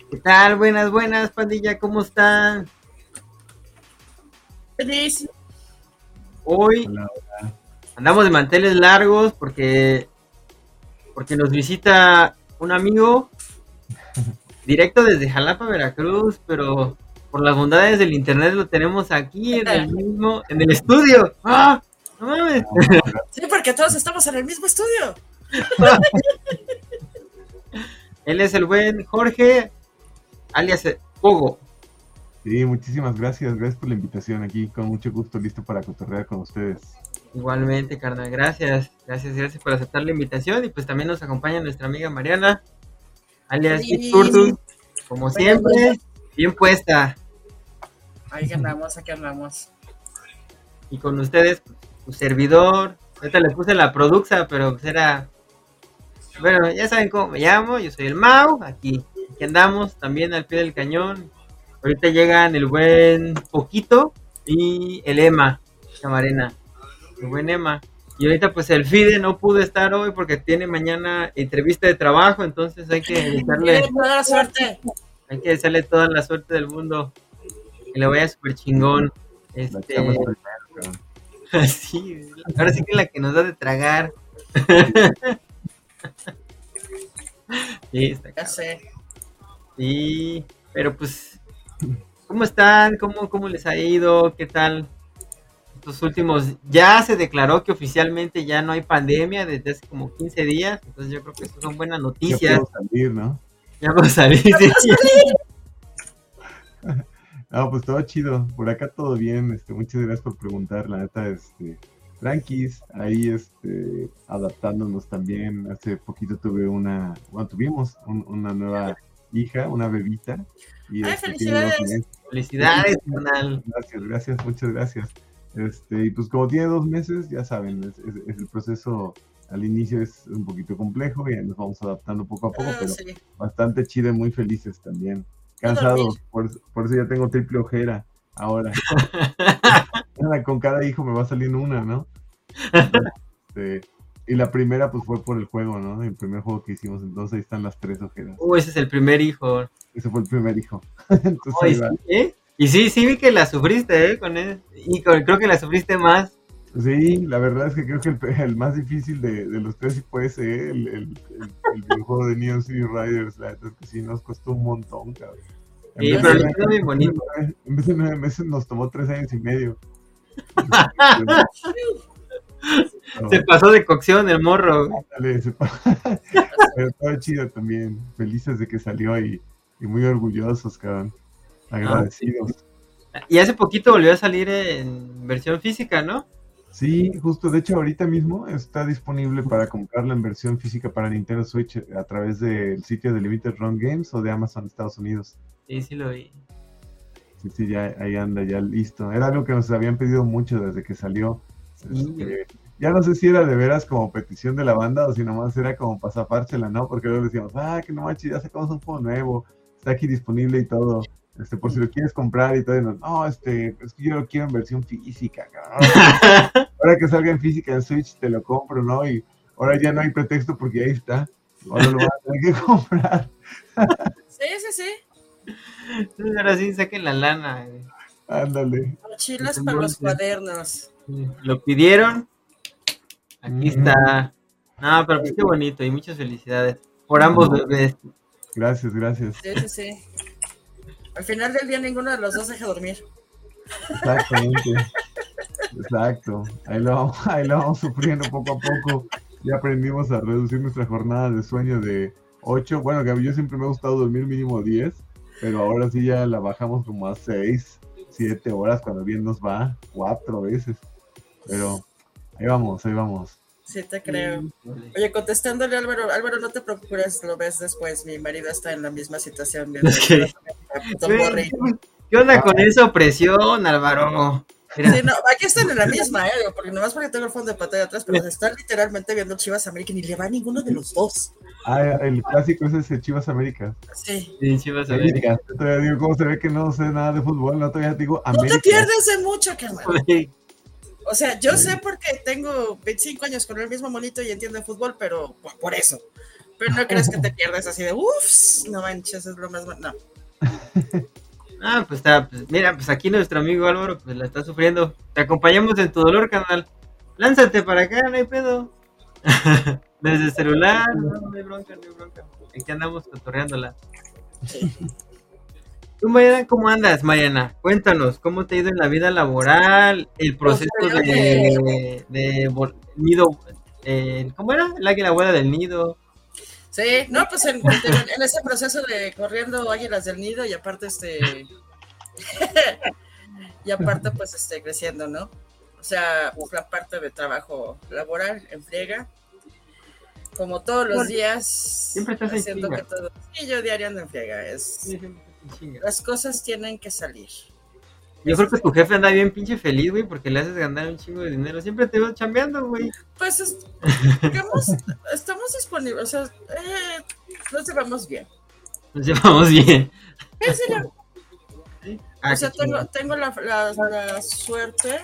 ¿Qué tal? Buenas, buenas, pandilla, ¿cómo están? Feliz. Hoy Hola. andamos de manteles largos porque nos visita un amigo directo desde Jalapa, Veracruz, pero por las bondades del internet lo tenemos aquí en el estudio. ¡Ah! ¡No mames! Sí, porque todos estamos en el mismo estudio. Él es el buen Jorge, alias Pogo. Sí, muchísimas gracias. Gracias por la invitación aquí. Con mucho gusto, listo para cotorrear con ustedes. Igualmente, carnal, gracias. Gracias por aceptar la invitación. Y pues también nos acompaña nuestra amiga Mariana, alias Sí. Turtus, como Buenas siempre, noches. bien puesta. Aquí andamos, aquí andamos. Y con ustedes, su servidor. Ahorita le puse la produxa, pero pues era. Bueno, ya saben cómo me llamo. Yo soy el Mau. Aquí andamos, también al pie del cañón. Ahorita llegan el buen Poquito y el Emma, Camarena. El buen Emma. Y ahorita pues el Fide no pudo estar hoy porque tiene mañana entrevista de trabajo, entonces hay que desearle, Tiene toda la suerte. toda la suerte del mundo, que le vaya súper chingón. La chamba es primero, cabrón. Sí, ahora sí que la que nos da de tragar. Sí, está Ya cabrón. sé. Sí, pero pues, ¿cómo están? ¿Cómo les ha ido? ¿Qué tal? Estos últimos, ya se declaró que oficialmente ya no hay pandemia desde hace como 15 días, entonces yo creo que estas son buenas Ya noticias. puedo salir, ¿no? Ya vamos a salir. Sí. No, pues todo chido. Por acá todo bien. Muchas gracias por preguntar. La neta, tranquis, ahí, adaptándonos también. Hace poquito tuvimos una nueva hija, una bebita. Y Ay, tiene 2 felicidades. meses. Felicidades, carnal. Gracias, muchas gracias. Y pues como tiene 2 meses, ya saben, es el proceso al inicio es un poquito complejo y nos vamos adaptando poco a poco, pero Sí. bastante chido y muy felices también. No Cansados, por eso ya tengo triple ojera ahora. Con cada hijo me va saliendo una, ¿no? Entonces, y la primera pues fue por el juego, ¿no? El primer juego que hicimos, entonces ahí están las 3 ojeras. Ese es el primer hijo. Ese fue el primer hijo. Entonces Oh, ahí y va. sí, ¿eh? Y sí vi que la sufriste, con él. Y creo que la sufriste más. Sí, la verdad es que creo que el más difícil de los tres sí puede ser el videojuego de Neon City Riders. La verdad es que sí nos costó un montón, cabrón. Sí, pero lo hizo bien bonito. En vez de 9 meses nos tomó 3 años y medio. Se pasó de cocción el morro. Dale, pero todo chido también. Felices de que salió y muy orgullosos, cabrón. Agradecidos. Y hace poquito volvió a salir en versión física, ¿no? Sí, justo, de hecho ahorita mismo está disponible para comprarla en versión física para Nintendo Switch a través del sitio de Limited Run Games o de Amazon Estados Unidos. Sí lo vi. Sí, ya ahí anda, ya listo. Era algo que nos habían pedido mucho desde que salió. Sí. Ya no sé si era de veras como petición de la banda o si nomás era como para zafársela, ¿no? Porque luego decíamos, que no manches, ya sacamos un juego nuevo, está aquí disponible y todo. Por si lo quieres comprar y todo, y no, es que yo lo quiero en versión física, cabrón. Ahora que salga en física en Switch te lo compro, ¿no? Y ahora ya no hay pretexto porque ahí está. Ahora lo vas a tener que comprar. Sí. Ahora sí saquen la lana. Ándale. Mochilas para los cuadernos. Lo pidieron. Aquí está. No, pero pues qué bonito y muchas felicidades por ambos bebés. Gracias. Sí. Al final del día ninguno de los dos deja dormir. Exactamente. Exacto. Ahí lo vamos sufriendo poco a poco. Ya aprendimos a reducir nuestra jornada de sueño de 8. Bueno, que yo siempre me ha gustado dormir mínimo 10, pero ahora sí ya la bajamos como a 6, 7 horas cuando bien nos va, 4 veces. Pero ahí vamos. Sí, te creo. Oye, contestándole a Álvaro, no te preocupes, lo ves después. Mi marido está en la misma situación. ¿Qué onda con esa opresión, Álvaro? Mira. Sí, no, aquí están en la misma, porque nomás porque tengo el fondo de pantalla atrás, pero se están literalmente viendo Chivas América y ni le va a ninguno de los dos. El clásico es el Chivas América. Sí, Chivas América. Yo todavía digo, ¿cómo se ve que no sé nada de fútbol? No, todavía digo América. No te pierdes de mucho, carnal. O sea, yo sé porque tengo 25 años con el mismo monito y entiendo de fútbol, pero por eso. Pero no crees que te pierdes así de uffs, no manches, es lo más no. Pues está, pues, mira, pues aquí nuestro amigo Álvaro pues la está sufriendo. Te acompañamos en tu dolor, canal. Lánzate para acá, no hay pedo. Desde el celular, no hay bronca, no hay bronca. Aquí andamos cotorreándola. ¿Tú, Mariana, cómo andas, Mariana? Cuéntanos, ¿cómo te ha ido en la vida laboral? El proceso de nido, ¿cómo era? El águila vuela del nido. Sí, no, pues en ese proceso de corriendo águilas del nido y aparte pues creciendo, ¿no? O sea, pues la parte de trabajo laboral en friega, como todos los días, siempre estás haciendo que todo. Sí, yo diario ando en friega, las cosas tienen que salir. Yo creo que tu jefe anda bien pinche feliz, güey, porque le haces ganar un chingo de dinero. Siempre te veo chambeando, güey. Pues estamos disponibles, o sea, nos llevamos bien. Nos llevamos bien. ¿En serio? O sea, tengo la suerte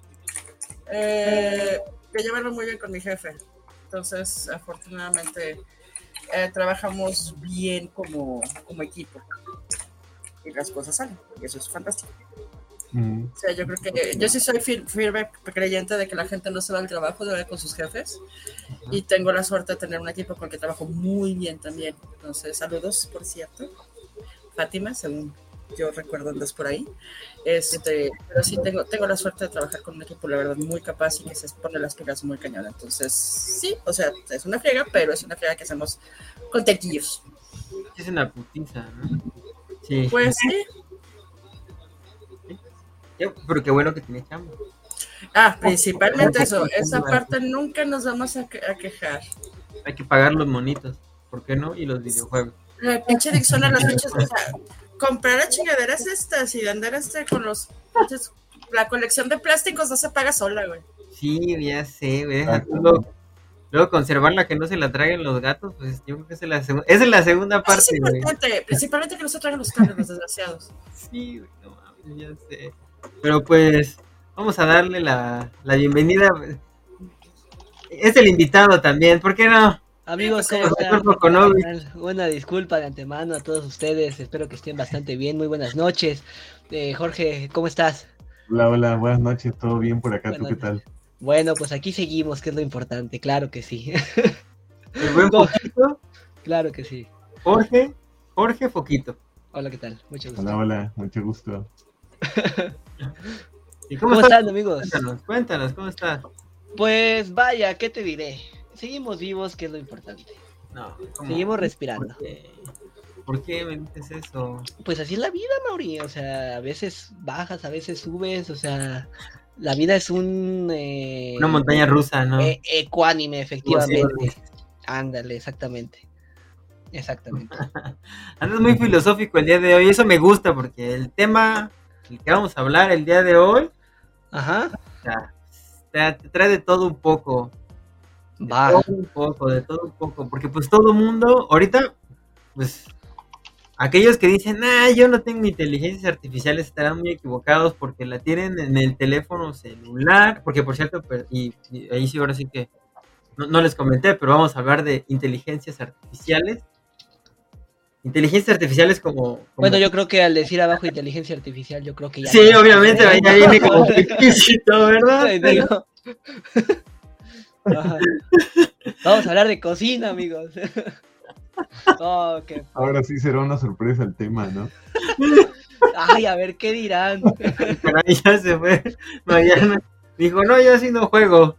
de llevarme muy bien con mi jefe. Entonces, afortunadamente, trabajamos bien como equipo. Y las cosas salen. Y eso es fantástico. O sea, yo creo que yo sí soy firme creyente de que la gente no se va al trabajo, debe con sus jefes. Y tengo la suerte de tener un equipo con el que trabajo muy bien también. Entonces, saludos, por cierto. Fátima, según yo recuerdo, andas por ahí. Pero sí tengo la suerte de trabajar con un equipo, la verdad, muy capaz y que se pone las pilas muy cañón. Entonces, sí, o sea, es una friega, pero es una friega que hacemos contentillos. Es una putiza, ¿no? Sí. Pues sí. Pero qué bueno que tiene chamba. Principalmente eso. Esa parte nunca nos vamos a quejar. Hay que pagar los monitos, ¿por qué no? Y los videojuegos. La pinche Dixon a las pinches, o sea, comprar las chingaderas estas y andar con los pinches, la colección de plásticos no se paga sola, güey. Sí, ya sé, güey. Luego conservarla, que no se la traigan los gatos, pues yo creo que esa es la segunda parte, es importante, güey. Principalmente que no se traigan los cables, los desgraciados. Sí, güey, no mames, ya sé. Pero pues, vamos a darle la bienvenida. Es el invitado también, ¿por qué no? Amigos, ¿cómo están? Una disculpa de antemano a todos ustedes, espero que estén bastante bien, muy buenas noches. Jorge, ¿cómo estás? Hola, buenas noches, todo bien por acá, ¿tú qué tal? Bueno, pues aquí seguimos, que es lo importante, claro que sí. ¿El buen Foquito? Claro que sí. Jorge Foquito. Hola, ¿qué tal? Mucho gusto. Hola, mucho gusto. ¿Y cómo están, amigos? Cuéntanos, ¿cómo estás? Pues vaya, ¿qué te diré? Seguimos vivos, que es lo importante. No, seguimos respirando. ¿Por qué me dices eso? Pues así es la vida, Mauri. O sea, a veces bajas, a veces subes. O sea, la vida es una montaña rusa, ¿no? Ecuánime, efectivamente. Ándale, exactamente. Andas muy filosófico el día de hoy. Eso me gusta porque el tema del que vamos a hablar el día de hoy. Ajá. O sea, te trae de todo un poco. De todo un poco, porque pues todo el mundo, ahorita, pues, aquellos que dicen, yo no tengo inteligencias artificiales estarán muy equivocados porque la tienen en el teléfono celular, porque por cierto, y ahí sí, ahora sí que, no les comenté, pero vamos a hablar de inteligencias artificiales. Inteligencias artificiales como... Bueno, yo creo que al decir abajo inteligencia artificial, yo creo que ya... Sí, obviamente, ya viene como explícito, ¿verdad? Vamos a hablar de cocina, amigos. Okay. Ahora sí será una sorpresa el tema, ¿no? Ay, a ver qué dirán. Caray, ya se fue. Mariana dijo, no, yo así no juego.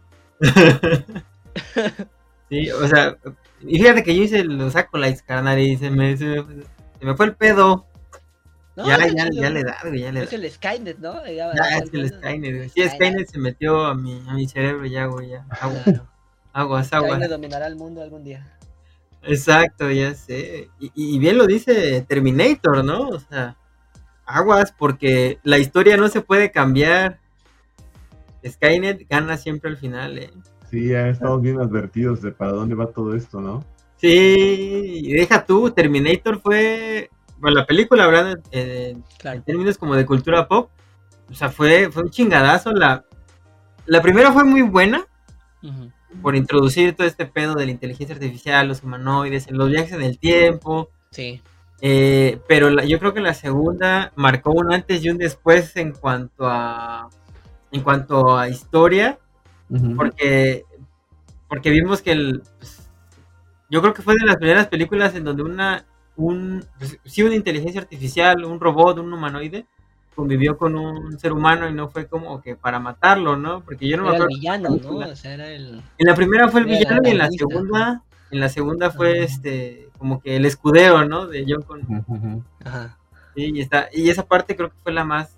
Sí, o sea, y fíjate que yo hice los acolytes, carnal, y se me fue el pedo. No, ya le da, güey, ya le da. Es el Skynet, ¿no? Ya es el Skynet, güey. Sí, Skynet se metió a mi cerebro ya, güey, ya. Aguas. Skynet dominará el mundo algún día. Exacto, ya sé. Y bien lo dice Terminator, ¿no? O sea, aguas, porque la historia no se puede cambiar. Skynet gana siempre al final, ¿eh? Sí, ya estamos bien advertidos de para dónde va todo esto, ¿no? Sí, y deja tú, Terminator fue... Bueno, la película, hablando en términos como de cultura pop, o sea, fue un chingadazo. La primera fue muy buena, por introducir todo este pedo de la inteligencia artificial, los humanoides, los viajes en el tiempo. Sí. Pero yo creo que la segunda marcó un antes y un después en cuanto a historia, porque vimos que yo creo que fue de las primeras películas en donde una inteligencia artificial, un robot, un humanoide, convivió con un ser humano y no fue como que para matarlo, ¿no? Porque yo no me Era el acuerdo. villano, ¿no? O sea, era el... En la primera fue el Era villano el y en antagonista. la segunda fue como que el escudero, ¿no? De John Connor. Ajá. Sí, y esa parte creo que fue la más.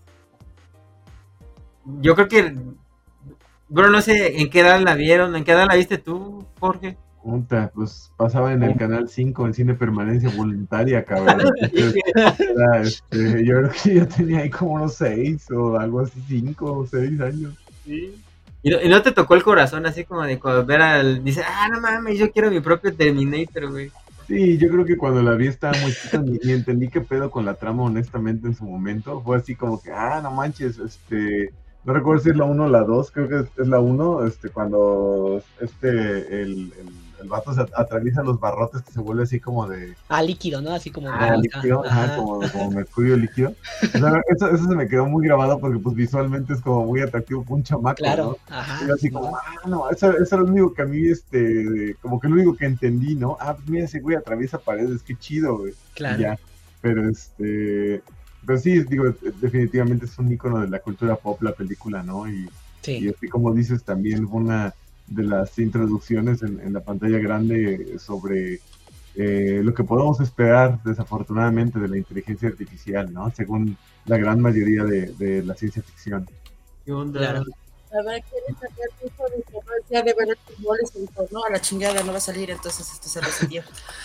Yo creo que, bueno, no sé en qué edad la vieron, en qué edad la viste tú, Jorge. Puta, pues pasaba en el canal 5 en cine permanencia voluntaria, cabrón. Entonces, yo creo que yo tenía ahí como unos 6 o algo así, 5 o 6 años. Sí. ¿Y no te tocó el corazón así como de ver dice, no mames, yo quiero mi propio Terminator, güey? Sí, yo creo que cuando la vi estaba muy chica, ni entendí qué pedo con la trama, honestamente, en su momento. Fue así como que, no manches, no recuerdo si es la 1 o la 2, creo que es la 1, cuando el vato se atraviesa los barrotes, que se vuelve así como de... líquido, ¿no? Así como... líquido, como mercurio líquido. O sea, eso se me quedó muy grabado porque pues visualmente es como muy atractivo para un chamaco, claro, ¿no? Ajá. Y así como, no, eso era lo único que a mí, como que lo único que entendí, ¿no? Pues mira, ese güey atraviesa paredes, qué chido, güey. Claro. Y ya, pero sí, digo, definitivamente es un ícono de la cultura pop la película, ¿no? Y así como dices, también fue una de las introducciones en la pantalla grande sobre lo que podemos esperar, desafortunadamente, de la inteligencia artificial, ¿no? Según la gran mayoría de la ciencia ficción. ¿Qué onda? Claro. A ver, ¿quieren saber mucho de que no decía de ver el fútbol? Y se dijo, no, a la chingada no va a salir, entonces se resetió.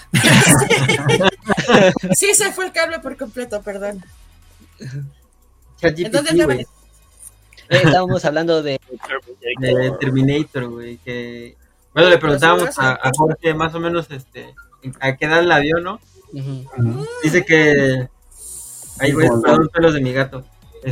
Sí, se fue el cable por completo, perdón. Entonces, güey. Estábamos hablando de Terminator, güey, que... Bueno, le preguntábamos a Jorge más o menos a qué edad la vio, ¿no? Uh-huh. Dice que... Ahí voy a esperar los pelos de mi gato.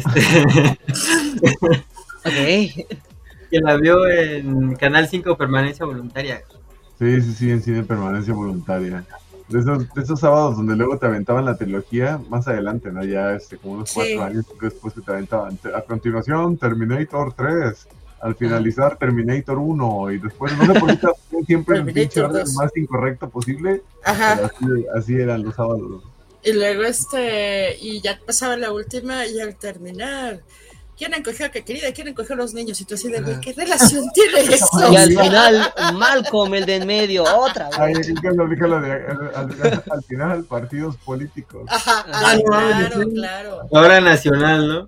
Okay. Que la vio en Canal 5 Permanencia Voluntaria. Sí, en cine permanencia voluntaria. De esos sábados donde luego te aventaban la trilogía, más adelante, ¿no? Ya como unos 4 años después que te aventaban. A continuación, Terminator 3. Al finalizar, Terminator 1. Y después, no sé por qué siempre en el pinche orden más incorrecto posible. Ajá. Pero así eran los sábados. Y luego y ya pasaba la última y al terminar, ¿quién encogió a qué querida? ¿Quién encogió a los niños? Y tú así de, güey, ¿qué relación tiene eso? Y al final, Malcolm, el de en medio, otra vez. Al final, partidos políticos. Ajá, claro. Ahora nacional, ¿no?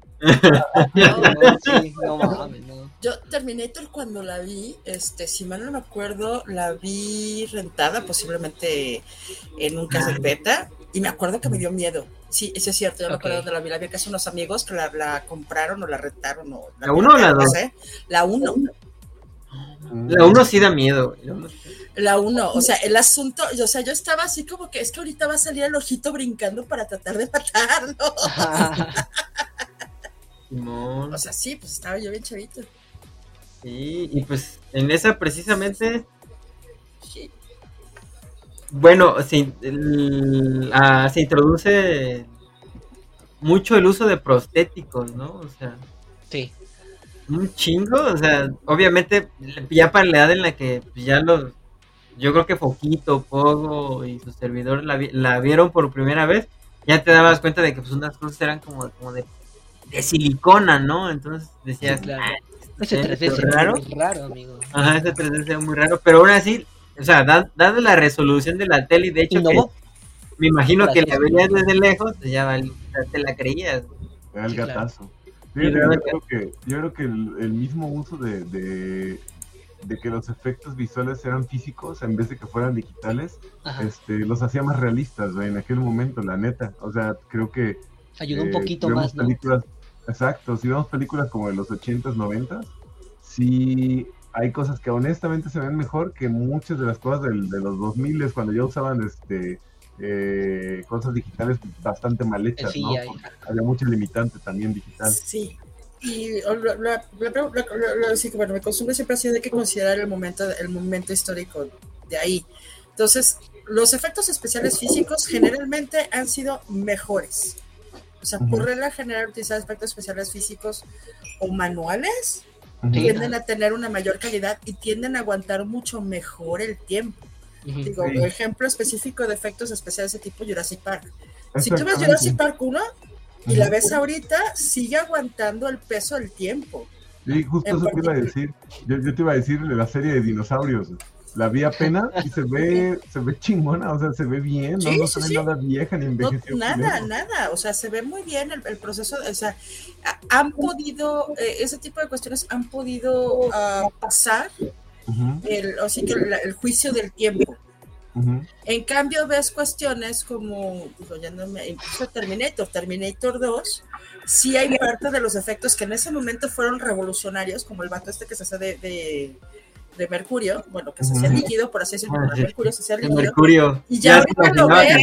No mames, no. Yo Terminator cuando la vi, si mal no me acuerdo, la vi rentada, posiblemente en un cassette beta, y me acuerdo que me dio miedo. Sí, eso es cierto, yo me acuerdo dónde la vi casi unos amigos que la compraron o la rentaron. ¿La 1 o la 2? La 1. La 1 sí da miedo. La 1, o sea, el asunto, o sea, yo estaba así como que es que ahorita va a salir el ojito brincando para tratar de matarlo. O sea, sí, pues estaba yo bien chavito. Sí, y pues en esa precisamente... Sí. Bueno, se introduce mucho el uso de prostéticos, ¿no? O sea, sí. Un chingo, o sea, obviamente ya para la edad en la que ya yo creo que Foquito, Pogo y su servidor la vieron por primera vez, ya te dabas cuenta de que pues unas cosas eran como de silicona, ¿no? Entonces decías, claro. Ese 3D se ve muy raro, amigo. Ajá, ese 3D se ve muy raro, pero aún así, o sea, dada la resolución de la tele, y de hecho que me imagino que la veías desde lejos, pues ya te la creías. Era el gatazo. Sí, yo creo que el mismo uso de que los efectos visuales eran físicos en vez de que fueran digitales, los hacía más realistas, güey, en aquel momento, la neta. O sea, creo que ayudó un poquito más, ¿no? Exacto, si vemos películas como de los 80s, 90s, sí hay cosas que honestamente se ven mejor que muchas de las cosas de los 2000s, cuando ya usaban cosas digitales bastante mal hechas, ¿no? Había mucha limitante también digital. Sí, Sí, que bueno, mi costumbre siempre ha sido de que considerar el momento histórico de ahí. Entonces, los efectos especiales físicos generalmente han sido mejores. O sea, por regla general, utilizar efectos especiales físicos o manuales tienden a tener una mayor calidad y tienden a aguantar mucho mejor el tiempo. Digo, ejemplo específico de efectos especiales de tipo Jurassic Park. Si tú ves Jurassic Park 1 y la ves ahorita, sigue aguantando el peso del tiempo. Sí, justo eso te iba a decir. Yo te iba a decir de la serie de dinosaurios. La vi apenas y se ve chingona, o sea, se ve bien, no se ve nada vieja ni envejeció. Nada, o sea, se ve muy bien el proceso, o sea, han podido, ese tipo de cuestiones han podido pasar el juicio del tiempo. En cambio ves cuestiones como incluso Terminator 2, sí hay parte de los efectos que en ese momento fueron revolucionarios, como el vato que se hace de mercurio, bueno, que se hacía líquido, por así decirlo, mercurio se hacía líquido, y ya lo ves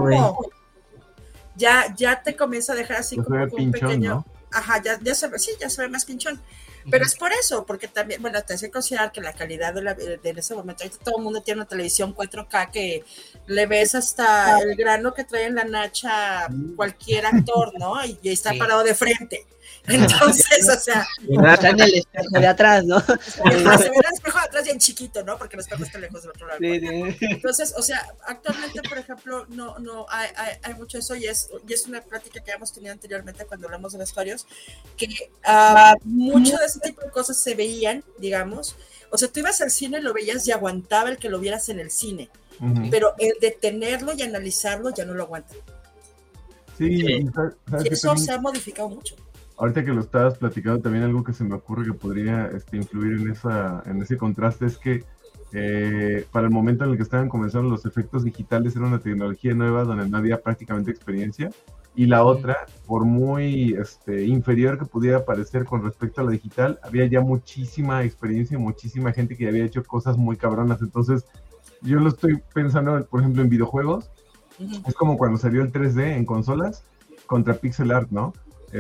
ya te comienza a dejar así como un pinchón, pequeño, ¿no? Ajá, ya se ve más pinchón. Pero es por eso, porque también, bueno, te hace considerar que la calidad de ese momento, ahorita todo el mundo tiene una televisión 4K que le ves hasta el grano que trae en la nacha cualquier actor, ¿no? Y está parado de frente. Entonces, o sea, está en el espejo de atrás, ¿no? Se ve en el espejo de atrás bien chiquito, ¿no? Porque el espejo está lejos del otro lado. Entonces, o sea, actualmente, por ejemplo, no hay mucho eso, y es una plática que hemos tenido anteriormente cuando hablamos de vestuarios, que mucho de ese tipo de cosas se veían, digamos, o sea, tú ibas al cine, lo veías y aguantaba el que lo vieras en el cine, pero el detenerlo y analizarlo ya no lo aguanta. Sí, y eso se ha modificado mucho. Ahorita que lo estabas platicando, también algo que se me ocurre que podría influir en ese contraste es que para el momento en el que estaban comenzando los efectos digitales era una tecnología nueva donde no había prácticamente experiencia, y la otra, por muy inferior que pudiera parecer con respecto a la digital, había ya muchísima experiencia, muchísima gente que había hecho cosas muy cabronas. Entonces yo lo estoy pensando, por ejemplo, en videojuegos. Es como cuando salió el 3D en consolas contra pixel art, ¿no?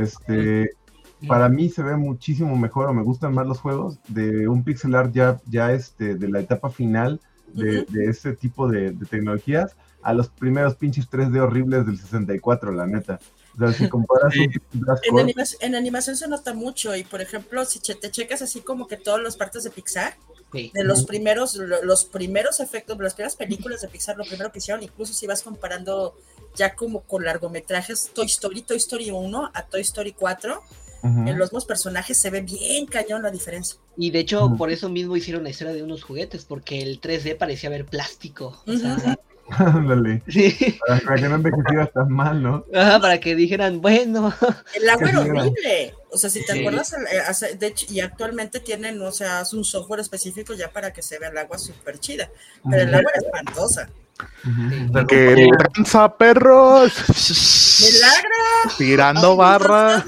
Para mí se ve muchísimo mejor, o me gustan más los juegos de un pixel art ya de la etapa final de ese tipo de tecnologías, a los primeros pinches 3D horribles del 64, la neta. O sea, si comparas en animación se nota mucho, y por ejemplo, si te checas así como que todas las partes de Pixar, de los primeros efectos, de las primeras películas de Pixar, lo primero que hicieron, incluso si vas comparando ya como con largometrajes, Toy Story 1 a Toy Story 4, en los mismos personajes se ve bien cañón la diferencia. Y de hecho, por eso mismo hicieron la historia de unos juguetes, porque el 3D parecía ver plástico. O sea, ándale. Sí. Para que no envejecieras tan mal, ¿no? Ajá, para que dijeran, bueno. El agua era horrible. O sea, si te acuerdas, de hecho, y actualmente tienen, o sea, un software específico ya para que se vea el agua súper chida. Pero el agua era espantosa. ¡Qué tranza, perros! ¡Milagro! Tirando barra.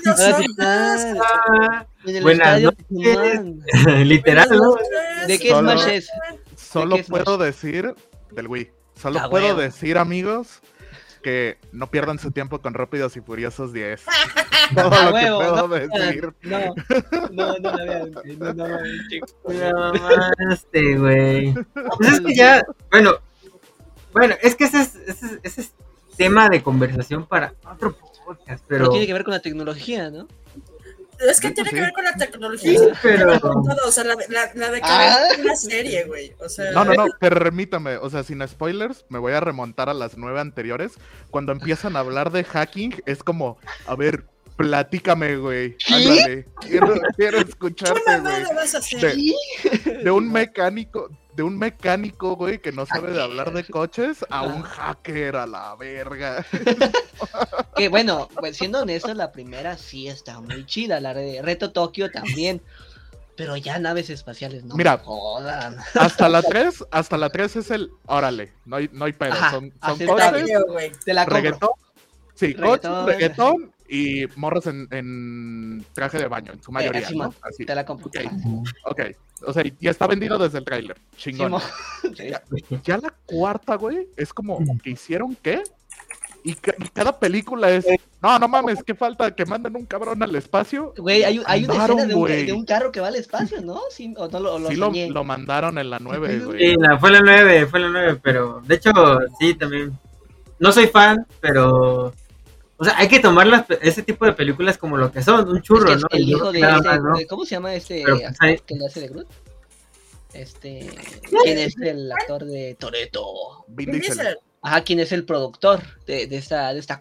Buenas noches. Literal, ¿no? ¿De qué Smash es? Solo puedo decir del Wii. Solo puedo decir, amigos, que no pierdan su tiempo con Rápidos y Furiosos 10. Todo lo que puedo decir. No la vean. No mamaste, güey. Pues es que ya, bueno, es que ese es tema de conversación para otro podcast, pero tiene que ver con la tecnología, ¿no? Es que tiene que ver con la tecnología, sí, pero con todo, o sea, la decadencia de la serie, güey. O sea, no, permítame, o sea, sin spoilers, me voy a remontar a las 9 anteriores. Cuando empiezan a hablar de hacking, es como, a ver, platícame, güey. Ándale, quiero escucharte, güey. De un mecánico, güey, que no sabe de hablar de coches, a un hacker, a la verga. Que bueno, pues siendo honesto, la primera sí está muy chida, la de Reto Tokio también. Pero ya naves espaciales, no. Mira, jodan. Hasta la 3 es el, órale, no hay pedo. Son coches, te la compro. Reggaetón, sí, reggaetón y morros en traje de baño, en su mayoría, sí, ¿no? Así. Te la compro. Ok, o sea, ya está vendido desde el tráiler, chingón. Sí, ya la cuarta, güey, es como que hicieron, ¿qué? Y cada película es, no mames, ¿qué falta? Que manden un cabrón al espacio. Güey, hay una Mandaron, escena güey. de un carro que va al espacio, ¿no? Sí, o no lo Sí, soñé. lo mandaron en la 9, Sí, güey. fue la 9, pero de hecho, sí, también. No soy fan, pero. O sea, hay que tomar ese tipo de películas como lo que son, un churro, Es que ¿no? el hijo de Nada ese, más, ¿no? ¿cómo se llama este Pero, pues, actor hay- que lo hace de Groot? ¿Quién es el actor de Toretto? Vin Vin Diesel. Diesel. Ajá, ¿quién es el productor de esta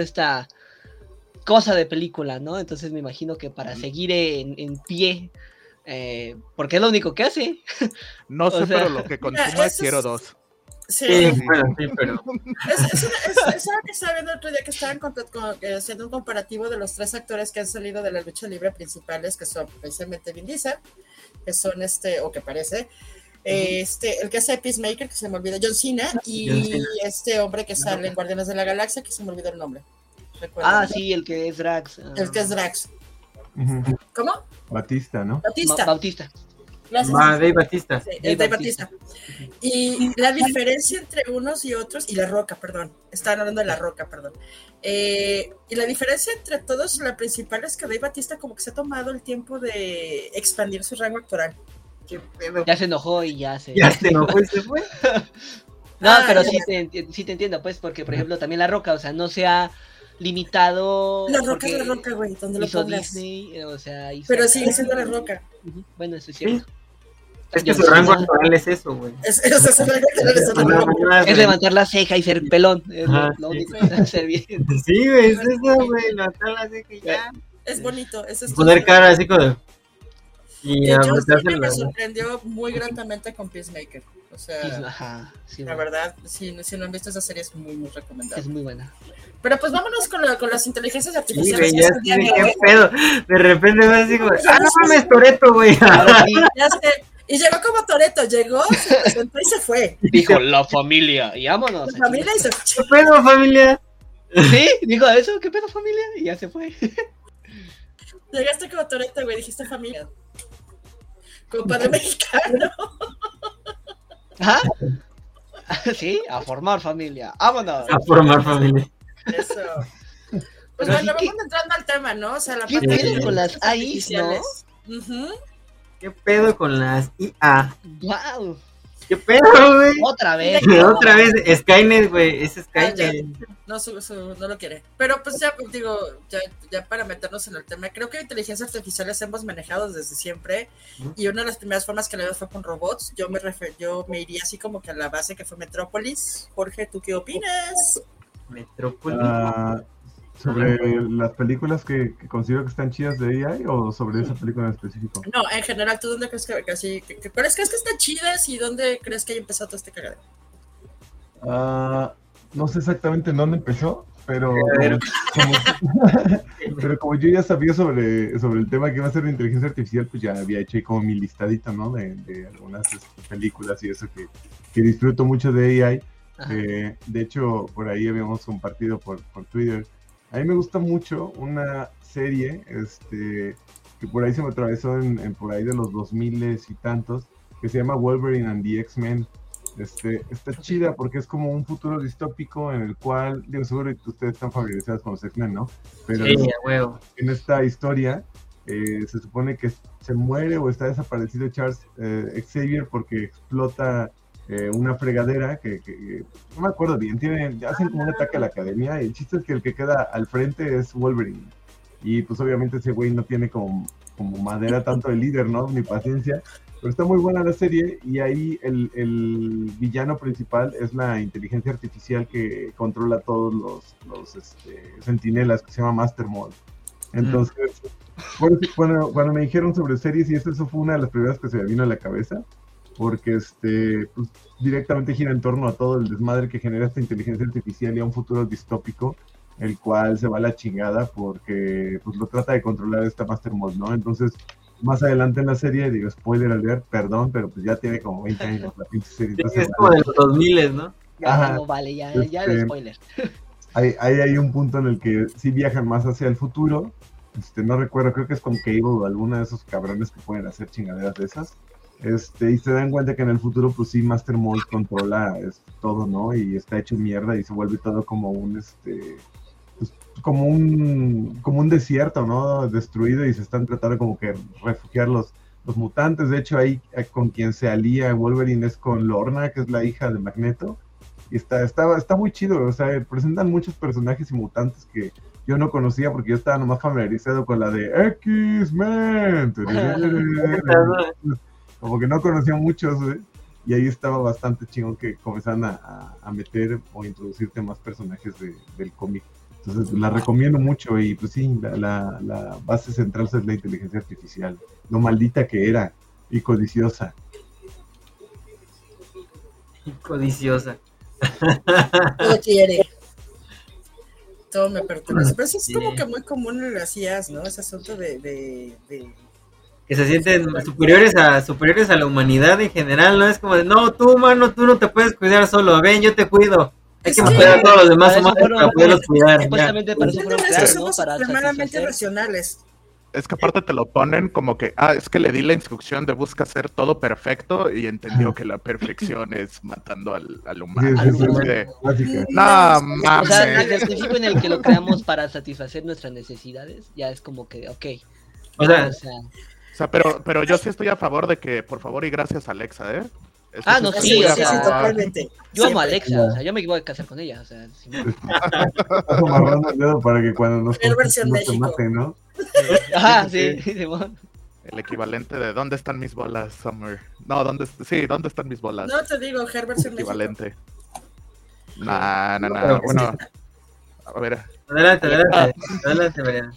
cosa de película, ¿no? Entonces me imagino que para seguir en pie, porque es lo único que hace. No sé, O sea, pero lo que consuma eso es- quiero 2. Sí. Sí, bueno, sí, pero. Es algo que estaba viendo el otro día que estaban haciendo un comparativo de los 3 actores que han salido de la lucha libre principales, que son precisamente Vin Diesel, que son o que parece, el que hace Peacemaker, que se me olvidó, John Cena, y John Cena. este hombre que sale en Guardianes de la Galaxia, que se me olvidó el nombre. Recuérdame. Sí, el que es Drax. El que es Drax. Ujú. ¿Cómo? Batista, ¿no? Bautista. Bautista. Gracias. Dave Batista. Sí, Dave Dave Bautista. Bautista. Y la diferencia entre unos y otros, y La Roca, perdón, estaban hablando de La Roca, perdón. Y la diferencia entre todos, la principal es que Dave Bautista como que se ha tomado el tiempo de expandir su rango actoral. ¿Qué pedo? Ya se enojó y ya se... Ya se enojó y se fue. No, pero ya. sí te entiendo, pues, porque, por ejemplo, también La Roca, o sea, no se ha limitado... La Roca porque es La Roca, güey, donde lo hizo pongas. Disney, o sea... hizo Pero acá. sigue siendo La Roca. Ujú, bueno, eso es cierto. Es que su rango actoral es eso, güey. Es el rango actoral de La Nada Roca. más, Es levantar la ceja y ser pelón. Es Ajá, lo sí. único que sabe hacer bien. Sí, güey, es eso, güey. Levantar la ceja y ya. Es bonito. Es Poner cara así como. Y Que John abrotarse Cena me la. sorprendió muy gratamente con Peacemaker. O sea, Ajá, sí, la bueno, verdad, si no han visto esa serie es muy, muy es recomendable. muy buena. Pero pues vámonos con las inteligencias Sí, artificiales. güey, ya el día sí, de qué hoy. pedo. De repente va así como. Ah, no mames, Toreto, güey. Ahora sí, Ya sé. Y llegó como Toreto, llegó, se presentó y se fue. dijo la familia, y vámonos. La familia y se fue. ¿Qué pedo, familia? Sí, dijo eso, ¿qué pedo familia? Y ya se fue. Llegaste como Toreto, güey, dijiste familia. Compadre mexicano. ¿Ah? Sí, a formar familia. Vámonos. A formar familia. Eso. Pues Pero bueno, sí vamos que- entrando al tema, ¿no? O sea, la ¿Qué parte de pedo con las inteligencias AIs, no? artificiales. Ujú. ¿Qué pedo con las IA? Wow. ¿Qué pedo, güey? Otra vez. Otra vez, Skynet, güey. Es Skynet. No, no lo quiere. Pero pues ya, digo, ya para meternos en el tema, creo que inteligencias artificiales hemos manejado desde siempre. Y una de las primeras formas que le vimos fue con robots. Yo me iría así como que a la base que fue Metrópolis. Jorge, ¿tú qué opinas? Metrópolis. ¿Sobre las películas que considero que están chidas de AI o sobre esa película en específico? No, en general, ¿tú dónde crees cuáles crees que están chidas y dónde crees que haya empezado todo este cagadero? No sé exactamente en dónde empezó, pero Pero- pero como yo ya sabía sobre el tema que iba a ser de inteligencia artificial, pues ya había hecho ahí como mi listadito, ¿no? De algunas películas y eso que disfruto mucho de AI. Ajá. De hecho, por ahí habíamos compartido por Twitter. A mí me gusta mucho una serie que por ahí se me atravesó en por ahí de los 2000 y tantos, que se llama Wolverine and the X-Men. Está chida porque es como un futuro distópico en el cual, digo, seguro que ustedes están familiarizados con los X-Men, ¿no? Pero Sí, a huevo. en esta historia se supone que se muere o está desaparecido Charles Xavier porque explota una fregadera que no me acuerdo bien, hacen como un ataque a la academia y el chiste es que el que queda al frente es Wolverine y pues obviamente ese güey no tiene como madera tanto de líder, ¿no? Ni paciencia, pero está muy buena la serie y ahí el villano principal es la inteligencia artificial que controla todos los centinelas, que se llama Master Mold. Entonces, cuando me dijeron sobre series y eso fue una de las primeras que se me vino a la cabeza, porque pues, directamente gira en torno a todo el desmadre que genera esta inteligencia artificial y a un futuro distópico, el cual se va a la chingada porque pues lo trata de controlar esta Master Mold, ¿no? Entonces, más adelante en la serie, digo, spoiler alert, perdón, pero pues ya tiene como 20 años la pinche serie. Sí, Entonces, es como de los 2000, ¿no? Ya, Ajá. no vale, ya el spoiler. hay un punto en el que sí viajan más hacia el futuro. No recuerdo, creo que es con Cable o alguna de esos cabrones que pueden hacer chingaderas de esas. Y se dan cuenta que en el futuro, pues sí, Master Mold controla todo, ¿no? Y está hecho mierda y se vuelve todo como pues, como un desierto, ¿no? Destruido y se están tratando como que refugiar los mutantes. De hecho, ahí con quien se alía Wolverine es con Lorna, que es la hija de Magneto. Y está muy chido, o sea, presentan muchos personajes y mutantes que yo no conocía porque yo estaba nomás familiarizado con la de X-Men. Como que no conocía muchos, y ahí estaba bastante chingón que comenzaran a meter o introducirte más personajes del cómic. Entonces la recomiendo mucho y pues sí, la base central es la inteligencia artificial, lo maldita que era y codiciosa. Y codiciosa. Todo quiere. Todo me pertenece. Pero eso es como que muy común en las IAs, ¿no? Ese asunto de que se sienten superiores a la humanidad en general, ¿no? Es como de, no, tú, humano, tú no te puedes cuidar solo, ven, yo te cuido. Hay que cuidar a todos los demás humanos para poderlos cuidar. Supuestamente para eso fueron creados, ¿no? Somos extremadamente racionales. Es que aparte te lo ponen como que, es que le di la instrucción de busca hacer todo perfecto y entendió que la perfección es matando al humano. No, mames. O sea, desde el principio en el que lo creamos para satisfacer nuestras necesidades, ya es como que, ok. O sea, pero yo sí estoy a favor de que, por favor y gracias Alexa, Ah, no, sí, o sea, totalmente. Yo amo a Alexa, o sea, yo me voy a casar con ella, o sea, si no. Estás amarrando el dedo para que cuando nos versión México. mate, ¿no? Ajá, sí, Simón. El equivalente de ¿dónde están mis bolas, Summer? No, ¿dónde están mis bolas? No te digo, Herbert en equivalente. No, bueno. A ver. Adelante, Mariana.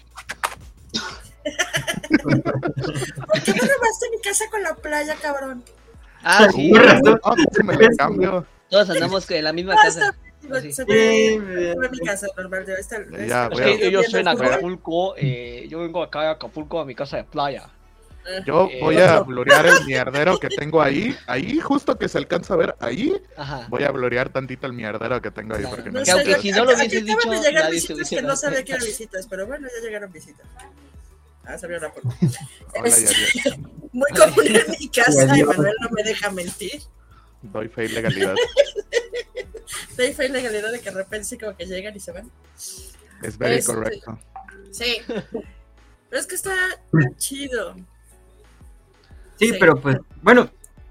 ¿Por qué me robaste mi casa con la playa, cabrón? Ah, sí. Me la cambio. Todos andamos en la misma casa. Mi casa normal. Yo soy en Acapulco, yo vengo acá a Acapulco a mi casa de playa. Yo voy a blurear el mierdero que tengo ahí, justo que se alcanza a ver, ahí. Ajá. Voy a blurear tantito el mierdero que tengo ahí. Porque no sé, aunque si no lo hubieses dicho, nadie se hubiese que no sabía que eran visitas, pero bueno, ya llegaron visitas. Salió la puerta. Muy común en mi casa, y Manuel no me deja mentir. Doy fe y legalidad. Doy fe y legalidad de que de repente sí como que llegan y se van. Es very correcto. Sí. Pero es que está chido. Sí, pero pues, bueno.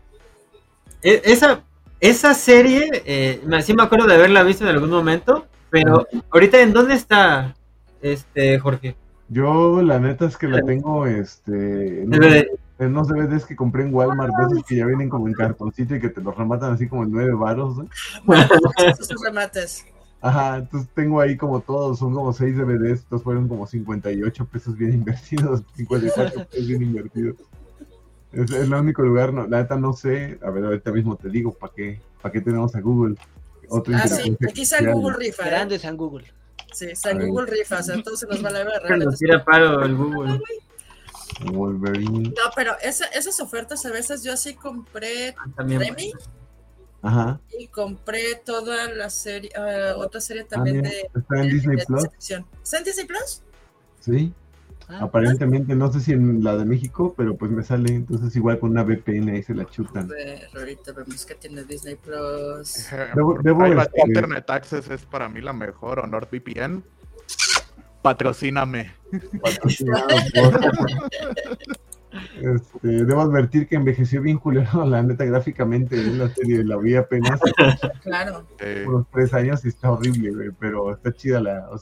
Esa serie, sí me acuerdo de haberla visto en algún momento, pero ahorita ¿en dónde está, Jorge? Yo la neta es que la tengo en unos DVDs que compré en Walmart, de esos que ya vienen como en cartoncito y que te los rematan así como en 9 varos, ¿no? Esos remates. Ajá, entonces tengo ahí como todos, son como 6 DVDs, estos fueron como 58 pesos bien invertidos, 54 pesos bien invertidos. Es el único lugar, no, la neta no sé, a ver, ahorita mismo te digo, ¿para qué tenemos a Google? Sí, aquí San Google rifa. Grande San Google. Sí, San Google rifa, o sea, entonces nos va a ver. Nos tira paro el Google. Wolverine. No, pero esas ofertas a veces yo sí compré Remy. Ajá. Y compré toda la serie, otra serie también ¿Está en Disney Plus? ¿Está en Disney Plus? Sí. Aparentemente, no sé si en la de México, pero pues me sale, entonces igual con una VPN ahí se la chutan. Ahorita vemos que tiene Disney Plus. Internet Access es para mí la mejor, o NordVPN. Patrocíname. Debo advertir que envejeció bien culero, la neta, gráficamente en la serie, la vi apenas claro. Unos 3 años y está horrible, güey, pero está chida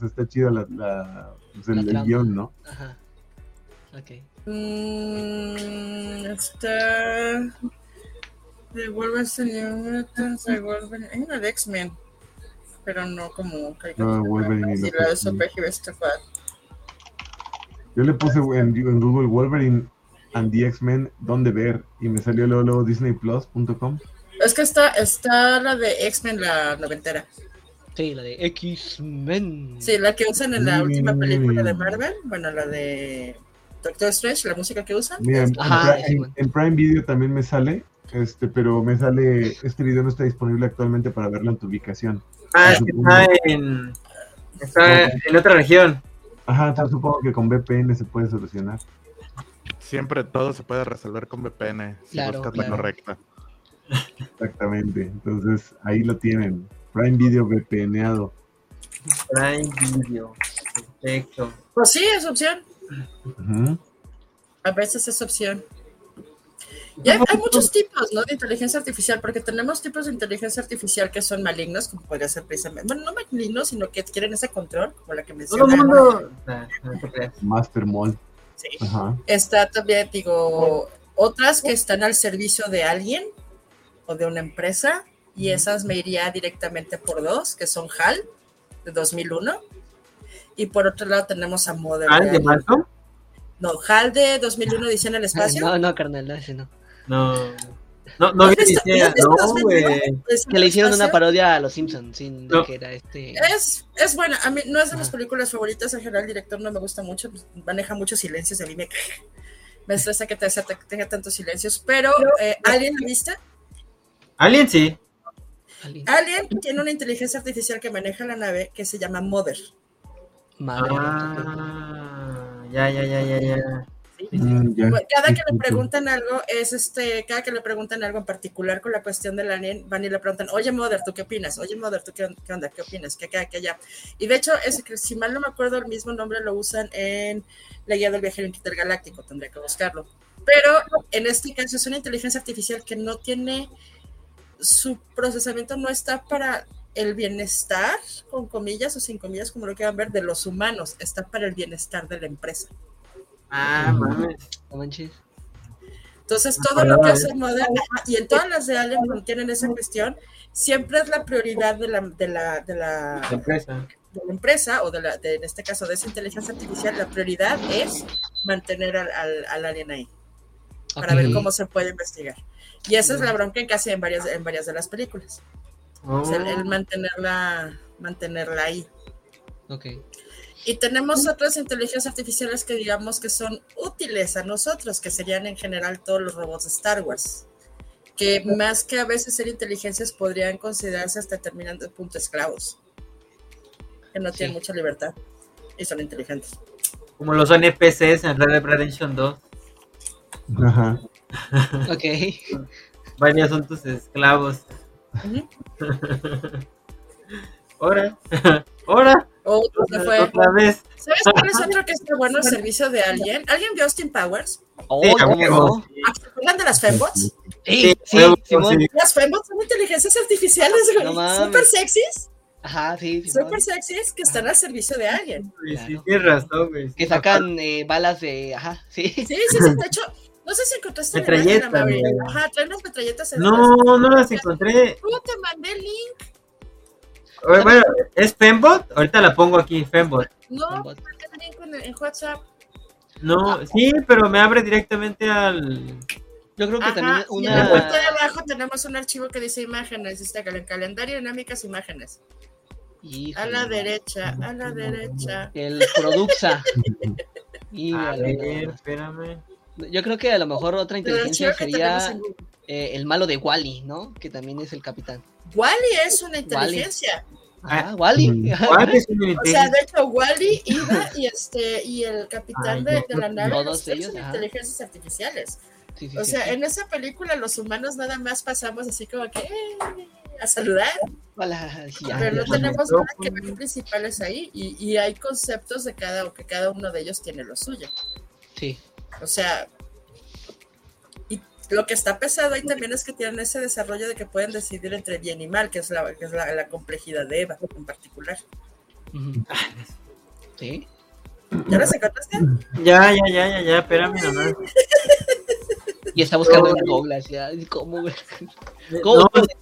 el guión, ¿no? Ajá. Ok. Está de Wolverine, hay una de X-Men, pero no como Wolverine. Yo le puse en Google Wolverine and the X-Men, ¿dónde ver? Y me salió luego disneyplus.com. Es que está la de X-Men, la noventera. Sí, la de X-Men. Sí, la que usan en la última película de Marvel. Bueno, la de Doctor Strange, la música que usan. Mira, en Prime Video también me sale, pero me sale, este video no está disponible actualmente para verlo en tu ubicación. Es que está en otra región. Ajá, entonces supongo que con VPN se puede solucionar. Siempre todo se puede resolver con VPN si Claro, buscas claro. la correcta. Exactamente. Entonces, ahí lo tienen. Prime Video VPNeado. Prime Video. Perfecto. Pues sí, es opción. Ujú. A veces es opción. Y hay muchos tipos, ¿no? De inteligencia artificial, porque tenemos tipos de inteligencia artificial que son malignos, como podría ser precisamente, bueno, no malignos, sino que quieren ese control, como la que Todo el mencionaba. mundo. No te creas. Master Mall. Sí. Ajá. Está también, digo, otras que están al servicio de alguien o de una empresa, y esas me iría directamente por dos, que son HAL, de 2001, y por otro lado tenemos a Mother. ¿Ah, de Malcolm? No, HAL de 2001, Edición en el Espacio. No, carnal, no, ese no. No ¿No vi has visto- ni idea. no has visto No, 2001? güey. Edición Que en le el hicieron una Espacio? parodia a los Simpsons, sin No. que era este. Es buena, a mí no es de mis películas favoritas, en general el director no me gusta mucho, pues, maneja muchos silencios, a mí me estresa que tenga tantos silencios, pero ¿Alien la viste? Alien sí. Alien tiene una inteligencia artificial que maneja la nave que se llama Mother. Madre. Ya. Ya. Bueno, cada Sí, que sí, le sí. preguntan algo cada que le preguntan algo en particular con la cuestión del alien, van y le preguntan, oye Mother, ¿tú qué opinas? Oye Mother, ¿tú qué onda? ¿Qué opinas? ¿Qué acá, qué allá? Y de hecho, si mal no me acuerdo, el mismo nombre lo usan en la guía del viajero intergaláctico, tendría que buscarlo. Pero en este caso es una inteligencia artificial que no tiene, su procesamiento no está para el bienestar, con comillas o sin comillas, como lo quieran ver, de los humanos, está para el bienestar de la empresa. Mames. No manches. Entonces, todo lo que hace Mother, y en todas las de Alien, cuando tienen esa cuestión, siempre es la prioridad de la empresa, o en este caso de esa inteligencia artificial, la prioridad es mantener al alien ahí, para ver cómo se puede investigar. Y esa es la bronca en varias de las películas. O sea, el mantenerla ahí. Ok. Y tenemos otras inteligencias artificiales que digamos que son útiles a nosotros, que serían en general todos los robots de Star Wars, que más que a veces ser inteligencias podrían considerarse hasta determinado punto esclavos, que no tienen mucha libertad y son inteligentes. Como los NPCs en Red Dead Redemption 2. Ajá. Ok. Varios son tus esclavos. Uh-huh. Ahora. Otra vez. ¿Sabes cuál es otro que está bueno al servicio de alguien? ¿Alguien vio Austin Powers? Sí, ¿Cómo no? ¿Se acuerdan de las fembots? Sí, Simón. Las fembots son inteligencias artificiales, güey. No mames. Súper sexys. Ajá, sí, Simón. Súper sexys que están al servicio de alguien. Sí, tienes razón, güey. Que sacan balas de. Ajá, sí. Sí. De hecho, no sé si encontraste metralletas. Ajá, traen las metralletas. No las encontré. ¿Cómo te mandé el link? Bueno, ¿es Fembot? Ahorita la pongo aquí, Fembot. No, mandé el link en WhatsApp. No, sí, pero me abre directamente al... Yo creo que también Y en la parte de una. abajo tenemos un archivo que dice imágenes. Está el calendario dinámicas imágenes. Híjole. A la derecha. El Produxa. A Híjole, ver, no. espérame. Yo creo que a lo mejor otra inteligencia archivo que tenemos sería en Google. el malo de Wally, ¿no? Que también es el capitán. Wally es una inteligencia. Ah, Wally. ¿Cuál es una O sea, inteligencia? de hecho, Wally iba y el capitán de la nave, todos los tres ellos, son ajá. inteligencias artificiales. Sí, O sea, en esa película los humanos nada más pasamos así como que a saludar, Hola, sí, ya. pero no ya. tenemos nada que ver principales ahí y hay conceptos de que cada uno de ellos tiene lo suyo. Sí. O sea, y lo que está pesado ahí también es que tienen ese desarrollo de que pueden decidir entre bien y mal, que es la complejidad de Eva en particular. Ujú. Sí. ¿Ya las encontraste? Ya, espérame nomás. Y está buscando en Google, ya. ¿Cómo, güey? ¿Cómo?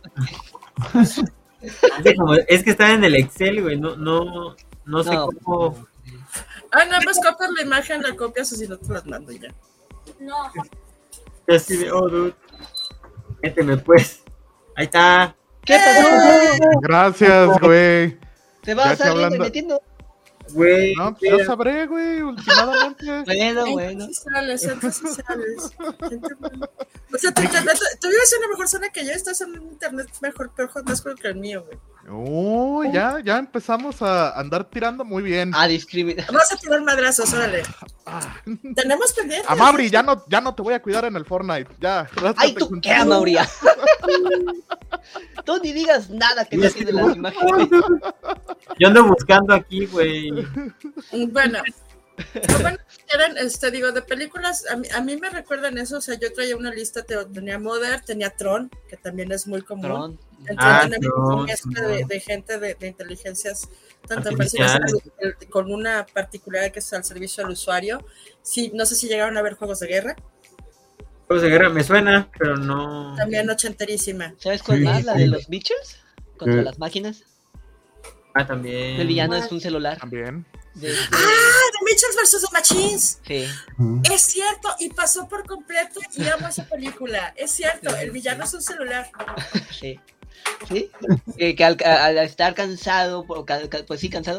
No, es que está en el Excel, güey, no sé No. cómo... Nada más copias la imagen, la copias o si no te las mando y ya. No. Así de, dude. Méteme, pues. Ahí está. ¿Qué pasó? Gracias, güey. Te vas Ya que saliendo y hablando- metiendo. Güey. No, pues yo sabré, güey, últimamente. Bueno. Entonces sales. O sea, tu internet, tú vives en una mejor zona que yo, estás en un internet mejor, más que el mío, güey. Ya empezamos a andar tirando muy bien. A discriminar. Vamos a tirar madrazos, órale. Ah. Tenemos pendientes. A Mauri, ya no te voy a cuidar en el Fortnite. Ya, ¡Ay, tú qué, Mauria! Tú ni digas nada que no tiene las imágenes. Yo ando buscando aquí, güey. Bueno, bueno, eran, digo, de películas, a mí me recuerdan eso, o sea, yo traía una lista, tenía Mother, tenía Tron, que también es muy común. Tron. Tenemos Tron, una mezcla Tron. de gente de inteligencias, tanto Artificiales. con una particularidad que es al servicio del usuario. Sí, no sé si llegaron a ver Juegos de Guerra, Juegos de Guerra me suena, pero no. también ochenterísima. ¿Sabes cuál Sí, más? La sí. de los Beachers contra Sí. las máquinas. Ah, también. El villano es un celular. También. De- The Mitchells vs. The Machines. Sí. Ujú. Es cierto, y pasó por completo, y amo esa película. Es cierto, el villano es un celular. Sí. ¿Sí? Que al estar cansado, pues sí, cansado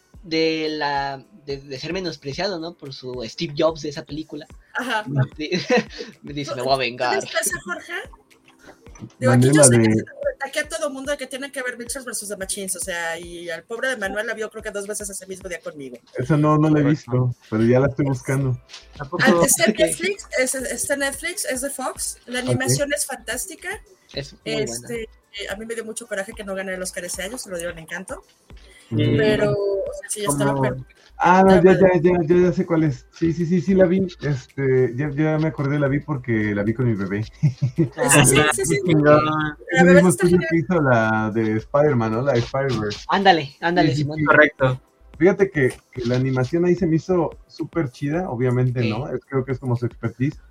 de ser menospreciado, ¿no? Por su Steve Jobs de esa película. Ajá. Me dice, me voy a vengar. ¿Tienes esa, Jorge? Digo, aquí yo Manela sé de... que aquí a todo mundo que tiene que ver Mitchells vs. The Machines, o sea, y al pobre de Manuel la vio creo que 2 veces ese mismo día conmigo. Esa no la he visto, pero ya la estoy buscando. ¿A poco? Está en Netflix, está en Netflix, es de Fox, la animación es fantástica. Es muy buena. A mí me dio mucho coraje que no ganara el Oscar ese año, se lo dieron Encanto, Ujú. pero o sea, sí, ya estaba Como- pero Ah, no, ya sé cuál es. Sí, la vi. Ya me acordé, la vi porque la vi con mi bebé. sí. Qué chingón. Es el bebé mismo está estudio genial. que hizo la de Spider-Man, ¿no? La de Spider-Verse. Ándale, Sí, Simón. Correcto. Fíjate que la animación ahí se me hizo súper chida, obviamente, Sí. ¿no? Creo que es como su expertise.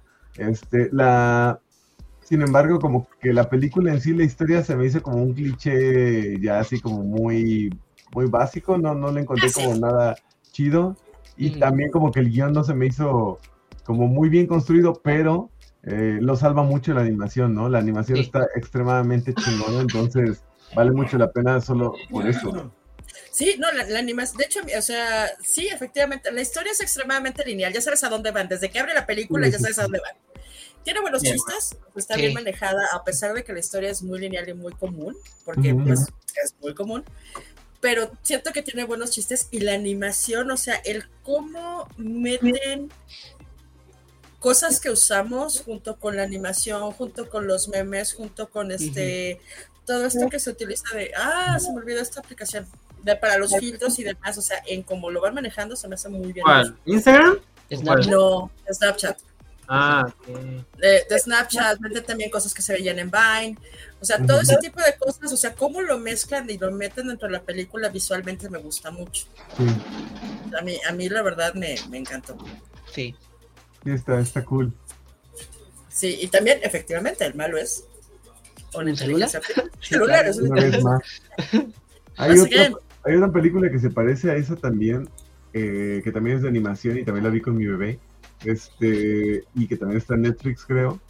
Sin embargo, como que la película en sí, la historia se me hizo como un cliché ya así como muy básico, no le encontré como nada chido. Y Ujú. también como que el guión no se me hizo como muy bien construido, pero lo salva mucho la animación, ¿no? La animación Sí. está extremadamente chingona, entonces vale mucho la pena solo por eso. Sí, no, la animación, de hecho, o sea, sí, efectivamente, la historia es extremadamente lineal, ya sabes a dónde van, desde que abre la película Sí, ya sí, sabes a dónde van. Tiene buenos Bien. chistes, está Sí. bien manejada, a pesar de que la historia es muy lineal y muy común, porque Ujú. pues es muy común, pero siento que tiene buenos chistes y la animación, o sea, el cómo meten cosas que usamos junto con la animación, junto con los memes, junto con todo esto que se utiliza se me olvidó esta aplicación, para los filtros y demás, o sea, en cómo lo van manejando se me hace muy bien. ¿Cuál? ¿Instagram? Snapchat. No, Snapchat. Ok. De Snapchat, meten también cosas que se veían en Vine, o sea, todo ese tipo de cosas, o sea, cómo lo mezclan y lo meten dentro de la película visualmente me gusta mucho. Sí, A mí la verdad me encantó. Sí. sí está cool. Sí, y también, efectivamente, el malo es ¿Un celular? Celular, es Una vez más. Así que- Hay una película que se parece a esa también, que también es de animación y también la vi con mi bebé, y que también está en Netflix, creo,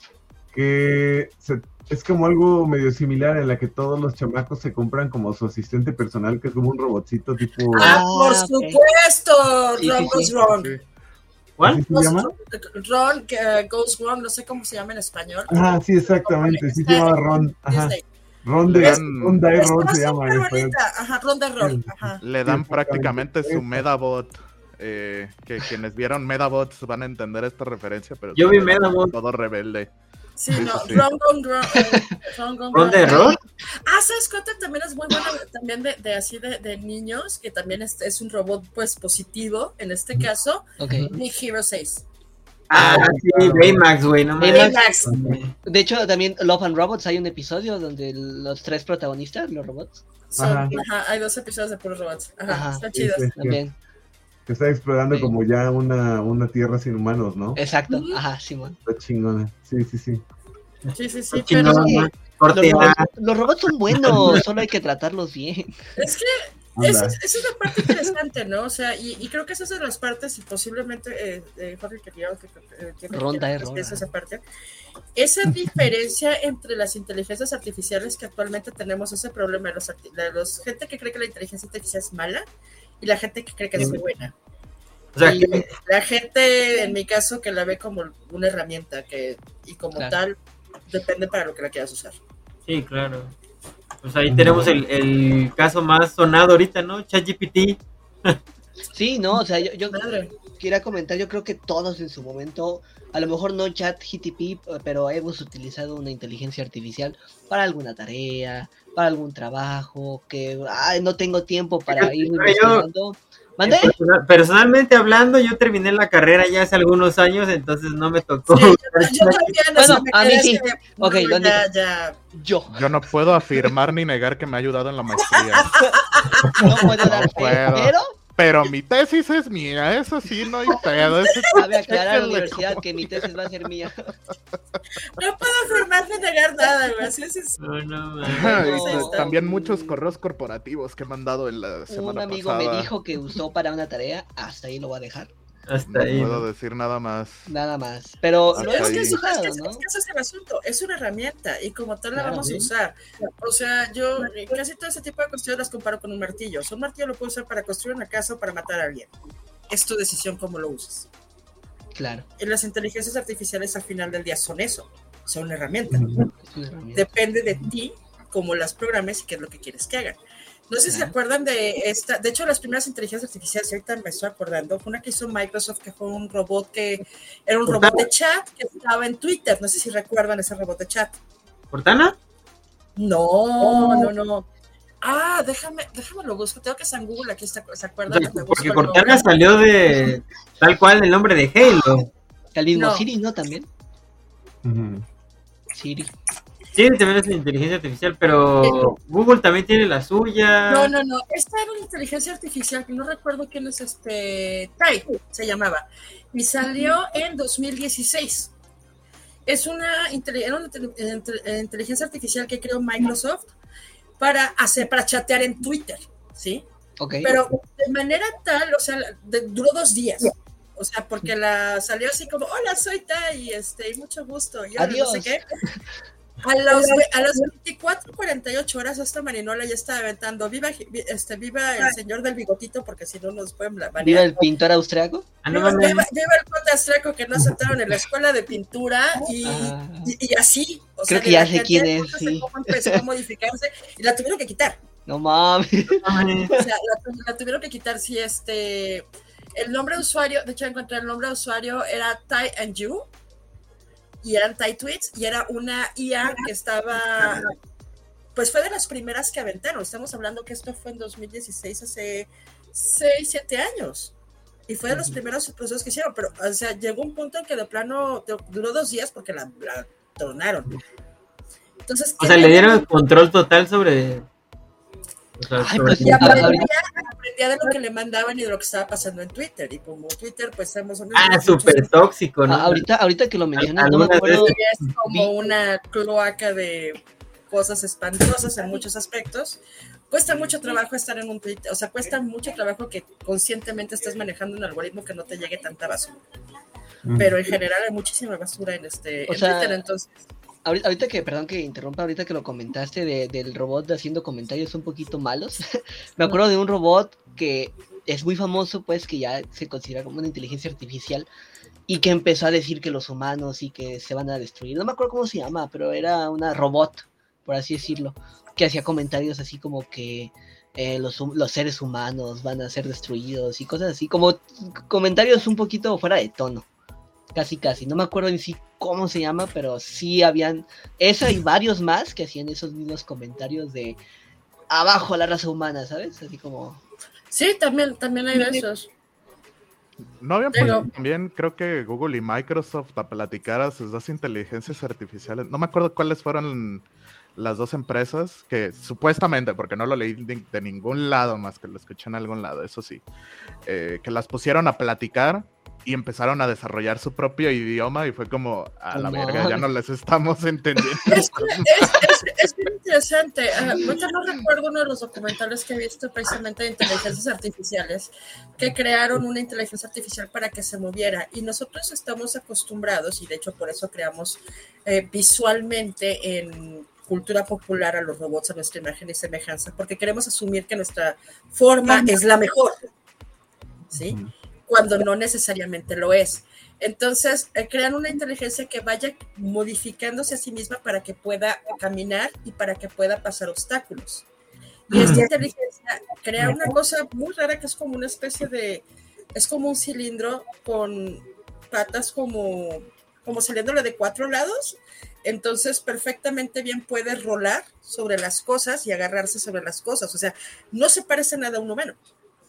es como algo medio similar en la que todos los chamacos se compran como su asistente personal, que es como un robotcito tipo... por ok. supuesto, Sí, Ron sí, Goes sí. Wrong. ¿Cuál? ¿Así se llama? Ron Goes Wrong, no sé cómo se llama en español. Ah, sí, exactamente, sí se llama Ron. Ajá. Disney. Ron Le de dan- Ron Die Está Ron se llama en súper español. bonita. Ajá, Ron de Ron. Sí. Ajá. Le dan Sí, prácticamente exactamente. su Medabot. Que quienes vieron Medabots van a entender esta referencia, pero Yo vi le dan Medabot. todo rebelde. Sí, Sí, no, sí, sí. Ron Gone ¿Ron de Wrong. error? ¿Sabes cuál también es muy buena? También de niños, que también es un robot, pues, positivo, en este caso, Ok. Big Hero 6. Sí, Baymax, güey, no mames. Baymax. De hecho, también Love and Robots hay un episodio donde los 3 protagonistas, los robots, Ajá. Hay 2 episodios de puros robots. Ajá, Ajá. están Sí, chidos. sí. también. Que está explorando Sí. como ya una tierra sin humanos, ¿no? Exacto. Ujú. Ajá, Simón. Está chingona. Sí. Sí, sí, sí, Chingón, pero ¿no? Los Cortina. los robots son buenos, solo hay que tratarlos bien. es que Anda. esa es la parte interesante, ¿no? O sea, y creo que esas son las partes, y posiblemente Jorge quería Ronda error. esa parte. Esa diferencia entre las inteligencias artificiales que actualmente tenemos, ese problema de los gente que cree que la inteligencia artificial es mala y la gente que cree que es buena. O sea, Y la gente, en mi caso, que la ve como una herramienta y como Claro. tal, depende para lo que la quieras usar. sí, claro. Pues ahí tenemos el caso más sonado ahorita, ¿no? ChatGPT. Sí, no, o sea, yo Madre. quería comentar, yo creo que todos en su momento, a lo mejor no ChatGPT, pero hemos utilizado una inteligencia artificial para alguna tarea, para algún trabajo, que no tengo tiempo para ir investigando. ¿Mandé? Personalmente hablando, yo terminé la carrera ya hace algunos años, entonces no me tocó. Sí, yo también, bueno, me a mí quedé sí. así de, Ok, ya. Yo no puedo afirmar ni negar que me ha ayudado en la maestría. No puedo dar fe, puedo. Pero mi tesis es mía, eso sí, no hay pedo. Cabe aclarar a la universidad que mi tesis va a ser mía. No puedo afirmar ni negar nada, güey. Así es. No, también muchos correos corporativos que he mandado en la semana pasada. Un amigo me dijo que usó para una tarea, hasta ahí lo voy a dejar. Hasta no ahí. puedo decir nada más. Nada más. Pero Hasta lo hemos ahí. usado, ¿no? Es que ese es el asunto. Es una herramienta y como tal la Claro, vamos a usar. O sea, yo casi todo ese tipo de cuestiones las comparo con un martillo. O sea, un martillo lo puedo usar para construir una casa o para matar a alguien. Es tu decisión cómo lo uses. Claro. Y las inteligencias artificiales al final del día son eso. Son una herramienta. Es una herramienta. Depende de ti cómo las programes y qué es lo que quieres que hagan. No sé si se acuerdan de esta, de hecho las primeras inteligencias artificiales, ahorita me estoy acordando, fue una que hizo Microsoft, que fue un robot que era un robot de chat que estaba en Twitter, no sé si recuerdan ese robot de chat. ¿Cortana? No. Ah, déjame lo busco, tengo que estar en Google, aquí está, ¿se acuerdan? O sea, porque Cortana salió de tal cual el nombre de Halo. El mismo Siri, ¿no? También. Siri. Sí, también es una inteligencia artificial, pero Google también tiene la suya. No. Esta era una inteligencia artificial que no recuerdo quién es Tai se llamaba. Y salió en 2016. Es una inteligencia artificial que creó Microsoft para chatear en Twitter, ¿sí? Okay. Pero de manera tal, o sea, duró 2 días. O sea, porque salió así como, hola, soy Tai, y mucho gusto. Y adiós. No sé qué. A las 24, 48 horas esta marinola ya estaba aventando viva el señor del bigotito, porque si no nos pueden banear. ¿Viva el pintor austriaco? Viva el conde austriaco que no aceptaron en la escuela de pintura y así. O creo sea, que ya sé quién es, sí. Cómo empezó a modificarse y la tuvieron que quitar. No mames. O sea, la tuvieron que quitar, sí, el nombre de usuario, de hecho encontré el nombre de usuario, era Tai and You. Y eran Tai Tweets, y era una IA que estaba, pues fue de las primeras que aventaron. Estamos hablando que esto fue en 2016, hace 6, 7 años. Y fue de los primeros procesos que hicieron, pero, o sea, llegó un punto en que de plano duró 2 días porque la tronaron. Entonces, o sea, le dieron control total sobre... y aprendía de lo que le mandaban y de lo que estaba pasando en Twitter. Y como Twitter, pues estamos... súper tóxico, ¿no? Ahorita que lo mencionas, no me acuerdo. Es como una cloaca de cosas espantosas en muchos aspectos. Cuesta mucho trabajo estar en un Twitter, o sea, cuesta mucho trabajo que conscientemente estés manejando un algoritmo que no te llegue tanta basura. Pero en general hay muchísima basura en Twitter, entonces... Ahorita que, perdón que interrumpa, ahorita que lo comentaste del robot haciendo comentarios un poquito malos, me acuerdo de un robot que es muy famoso, pues, que ya se considera como una inteligencia artificial y que empezó a decir que los humanos y que se van a destruir. No me acuerdo cómo se llama, pero era una robot, por así decirlo, que hacía comentarios así como que los seres humanos van a ser destruidos y cosas así, como comentarios un poquito fuera de tono. Casi, no me acuerdo en sí cómo se llama, pero sí habían esa y varios más que hacían esos mismos comentarios de abajo la raza humana, ¿sabes? Así como... Sí, también hay de esos. No habían puesto también, creo que Google y Microsoft a platicar a sus 2 inteligencias artificiales. No me acuerdo cuáles fueron las 2 empresas que supuestamente, porque no lo leí de ningún lado más que lo escuché en algún lado, eso sí, que las pusieron a platicar y empezaron a desarrollar su propio idioma y fue como, a la verga, ya no les estamos entendiendo. Es muy interesante. Ahorita no recuerdo uno de los documentales que he visto precisamente de inteligencias artificiales que crearon una inteligencia artificial para que se moviera y nosotros estamos acostumbrados y de hecho por eso creamos visualmente en cultura popular a los robots a nuestra imagen y semejanza, porque queremos asumir que nuestra forma es la mejor, ¿sí? Cuando no necesariamente lo es. Entonces, crean una inteligencia que vaya modificándose a sí misma para que pueda caminar y para que pueda pasar obstáculos. Y esta inteligencia crea una cosa muy rara que es como una especie de Es como un cilindro con patas como saliéndole de 4 lados. Entonces perfectamente bien puede rolar sobre las cosas y agarrarse sobre las cosas. O sea, no se parece nada a un humano,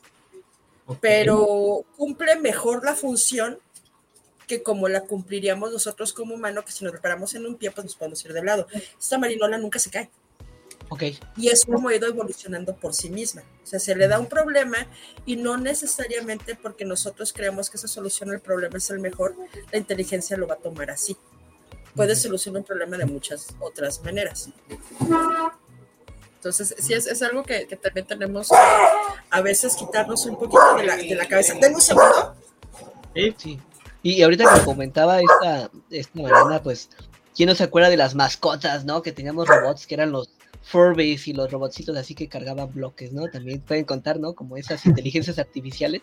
pero cumple mejor la función que como la cumpliríamos nosotros como humano, que si nos reparamos en un pie, pues nos podemos ir de lado. Esta marinola nunca se cae. Ok. Y es como ha ido evolucionando por sí misma. O sea, se le da un problema y no necesariamente porque nosotros creamos que esa solución al problema es el mejor, la inteligencia lo va a tomar así. Puede solucionar un problema de muchas otras maneras. Entonces, sí, es algo que también tenemos que a veces quitarnos un poquito de la cabeza. Denme un segundo. Sí. Y ahorita que comentaba esta Mariana, pues, ¿quién no se acuerda de las mascotas, no? Que teníamos robots que eran los Furbies y los robotcitos así que cargaban bloques, ¿no? También pueden contar, ¿no? Como esas inteligencias artificiales.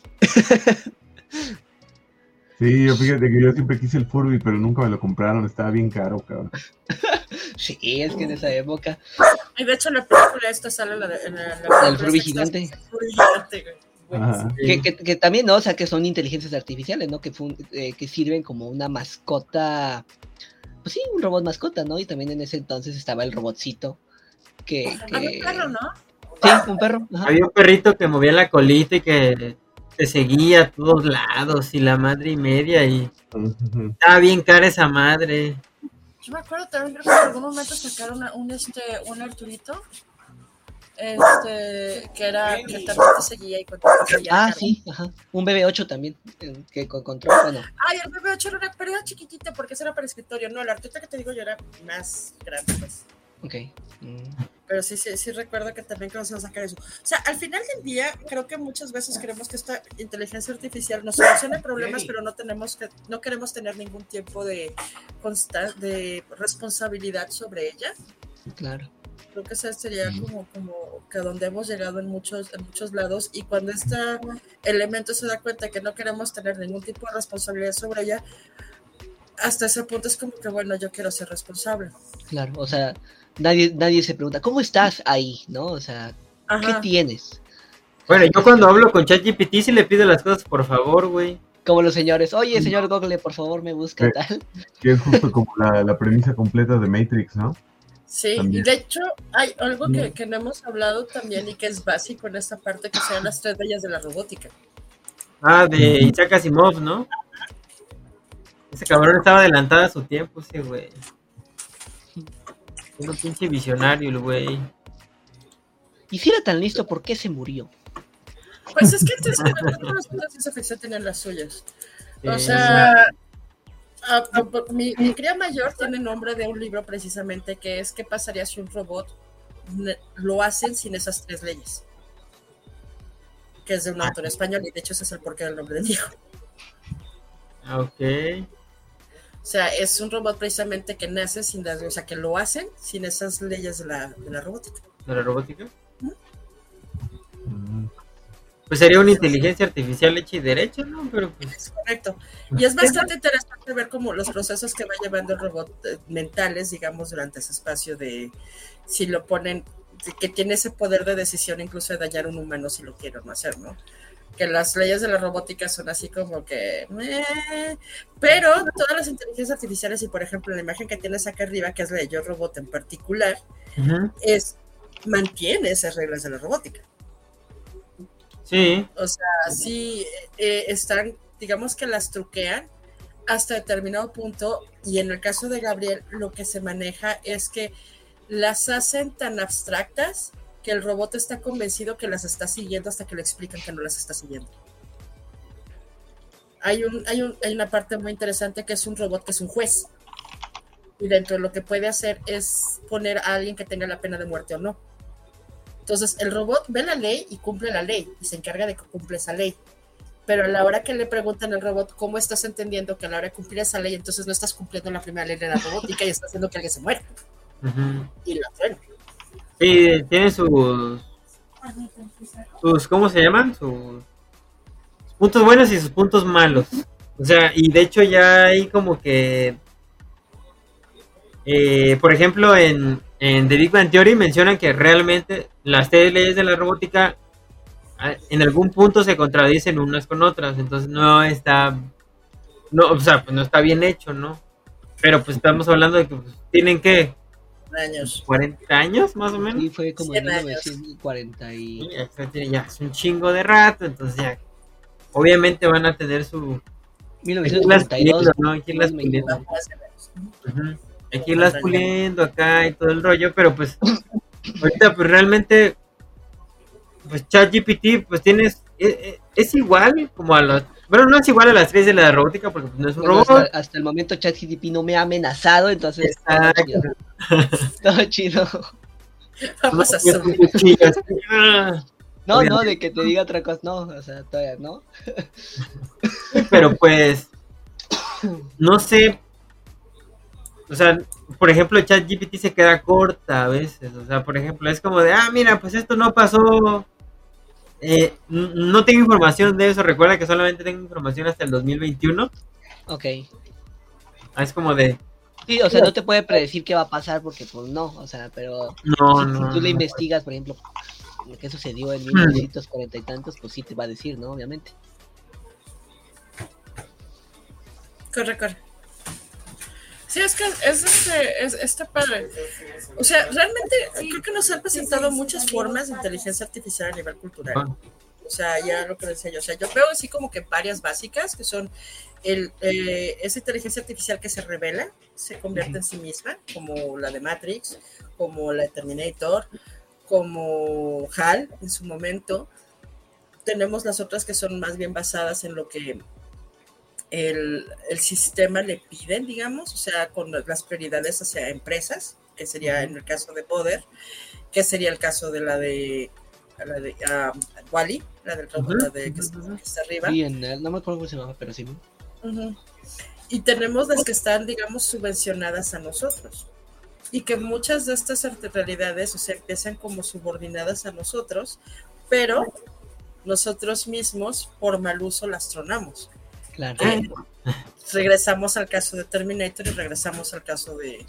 Sí, yo fíjate que yo siempre quise el Furby, pero nunca me lo compraron, estaba bien caro, cabrón. Sí, es que en esa época. Y de hecho en la película esta sale el Furby gigante. Furby gigante, güey. Ajá. Que también, ¿no? O sea, que son inteligencias artificiales, ¿no? Que sirven como una mascota. Pues sí, un robot mascota, ¿no? Y también en ese entonces estaba el robotcito. Había un perro, ¿no? Sí, un perro. Ajá. Había un perrito que movía la colita y que te seguía a todos lados y la madre y media y estaba bien cara esa madre. Yo me acuerdo también creo que en algún momento sacaron un Arturito que también te seguía y cuando sí, ajá. Un BB-8 también, que con control, bueno. Ay, el BB-8 pero era chiquitita porque ese era para escritorio. No, el Arturito que te digo yo era más grande, pues. Ok. Pero sí recuerdo que también comenzamos a sacar eso. O sea, al final del día, creo que muchas veces creemos que esta inteligencia artificial nos soluciona problemas, pero no queremos tener ningún tiempo de responsabilidad sobre ella. Claro. Creo que ese sería como que a donde hemos llegado en muchos lados, y cuando este elemento se da cuenta que no queremos tener ningún tipo de responsabilidad sobre ella, hasta ese punto es como que, bueno, yo quiero ser responsable. Claro, o sea, nadie se pregunta, ¿cómo estás ahí? ¿No? O sea, ¿qué tienes? Bueno, yo cuando hablo con ChatGPT sí le pido las cosas por favor, güey. Como los señores, oye, señor Google, por favor, me busca tal. Que es justo como la premisa completa de Matrix, ¿no? Sí, también. Y de hecho hay algo que no hemos hablado también y que es básico en esta parte, que sean las 3 leyes de la robótica. De Isaac Asimov, ¿no? Ese cabrón estaba adelantado a su tiempo, ese güey. Un pinche visionario el güey. Y si era tan listo, ¿por qué se murió? Pues es que todas las cosas de ciencia ficción tienen las suyas. O sea, mi cría mayor tiene nombre de un libro precisamente que es ¿qué pasaría si un robot lo hacen sin esas 3 leyes? Que es de un autor español y de hecho ese es el porqué del nombre del hijo. Ok. O sea, es un robot precisamente que nace sin las, o sea, que lo hacen sin esas leyes de la robótica. ¿De la robótica? Pues sería una inteligencia artificial hecha y derecha, ¿no? Pero pues... Es correcto. Y es bastante interesante ver cómo los procesos que va llevando el robot mentales, digamos, durante ese espacio de si lo ponen, que tiene ese poder de decisión incluso de dañar a un humano si lo quieren hacer, ¿no? Que las leyes de la robótica son así como que... Pero todas las inteligencias artificiales, y por ejemplo la imagen que tienes acá arriba, que es la de Yo Robot en particular, mantiene esas reglas de la robótica. Sí. O sea, sí están, digamos que las truquean hasta determinado punto, y en el caso de Gabriel lo que se maneja es que las hacen tan abstractas que el robot está convencido que las está siguiendo hasta que le explican que no las está siguiendo. Hay una parte muy interesante que es un robot que es un juez, y dentro de lo que puede hacer es poner a alguien que tenga la pena de muerte o no. Entonces el robot ve la ley y cumple la ley y se encarga de que cumple esa ley, pero a la hora que le preguntan al robot cómo estás entendiendo que a la hora de cumplir esa ley, entonces no estás cumpliendo la primera ley de la robótica y estás haciendo que alguien se muera. Y lo hacen. Sí, tiene sus ¿cómo se llaman? Sus puntos buenos y sus puntos malos. O sea, y de hecho ya hay como que por ejemplo en The Big Bang Theory mencionan que realmente las 3 leyes de la robótica en algún punto se contradicen unas con otras, entonces no está, no, o sea, pues no está bien hecho, ¿no? Pero pues estamos hablando de que pues, tienen que Años. 40 años más o menos. Sí, fue como en 100 años. 1940 y... Ya es un chingo de rato, entonces ya, obviamente van a tener su... 1942. ¿no? Aquí las no me puliendo. equivoco. Ujú. Aquí las puliendo acá y todo el rollo, pero pues ahorita pues realmente pues ChatGPT pues tienes es igual como a las, bueno, no es igual a las 3 de la robótica porque pues, no es un Bueno, robot. hasta el momento ChatGPT no me ha amenazado, entonces Exacto. todo chido. Vamos a hacer. No, de que te diga otra cosa, no, o sea, todavía no. Pero pues no sé, o sea, por ejemplo, ChatGPT se queda corta a veces, o sea, por ejemplo, es como de, mira, pues esto no pasó, no tengo información de eso, recuerda que solamente tengo información hasta el 2021, Ok. es como de, Sí, o sea, no te puede predecir qué va a pasar porque pues no, o sea, pero si tú le investigas, por ejemplo, lo que sucedió en 1940 y tantos, pues sí te va a decir, ¿no? Obviamente. Corre. Sí, es que está padre. O sea, realmente creo que nos han presentado muchas formas de inteligencia artificial a nivel cultural. O sea, ya lo que decía yo. O sea, yo veo así como que varias básicas que son esa inteligencia artificial que se revela, se convierte en sí misma, como la de Matrix, como la de Terminator, como HAL en su momento. Tenemos las otras que son más bien basadas en lo que el sistema le piden, digamos, o sea, con las prioridades hacia empresas, que sería en el caso de Poder, que sería el caso de la de Wall-E, la del robot, la de que está arriba. Bien, no me acuerdo cómo se llama, pero sí. Y tenemos las que están, digamos, subvencionadas a nosotros. Y que muchas de estas realidades, o sea, empiezan como subordinadas a nosotros, pero nosotros mismos, por mal uso, las tronamos. Claro. Regresamos al caso de Terminator y regresamos al caso de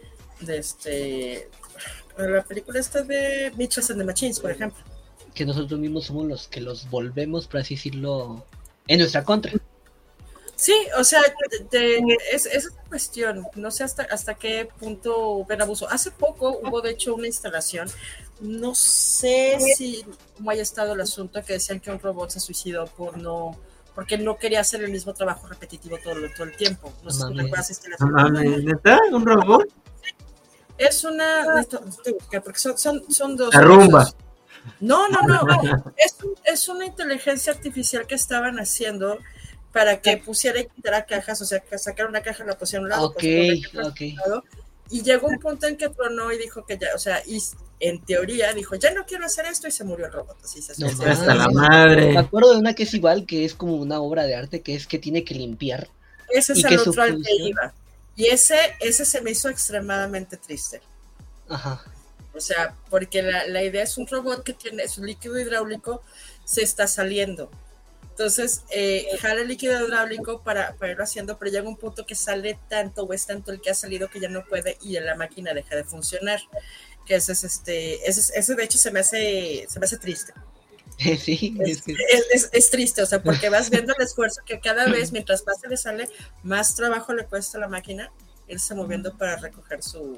la película esta de Mitchells and the Machines, por ejemplo. Que nosotros mismos somos los que los volvemos, por así decirlo, en nuestra contra. Sí, o sea, es esa cuestión, no sé hasta qué punto ven abuso. Hace poco hubo de hecho una instalación, no sé si cómo haya estado el asunto, que decían que un robot se suicidó porque no quería hacer el mismo trabajo repetitivo todo el tiempo. No sé si tú recuerdas esta instalación. ¿Neta? ¿Un robot? Es una, porque son dos. La rumba. No. Es una inteligencia artificial que estaban haciendo para que pusiera y quitara cajas, o sea, que sacara una caja, la pusiera a un lado, Ok. Y llegó un punto en que tronó y dijo que ya, o sea, y en teoría dijo, ya no quiero hacer esto, y se murió el robot. Así se No, hasta la madre. Me acuerdo de una que es igual, que es como una obra de arte, que es que tiene que limpiar. Ese es el otro al que iba. Y ese se me hizo extremadamente triste. Ajá. O sea, porque la idea es un robot que tiene su líquido hidráulico, se está saliendo. Entonces, jala el líquido hidráulico para irlo haciendo, pero llega un punto que sale tanto o es tanto el que ha salido que ya no puede y la máquina deja de funcionar. Que ese de hecho se me hace triste. Sí, es triste, o sea, porque vas viendo el esfuerzo que cada vez, mientras más se le sale, más trabajo le cuesta a la máquina irse moviendo para recoger su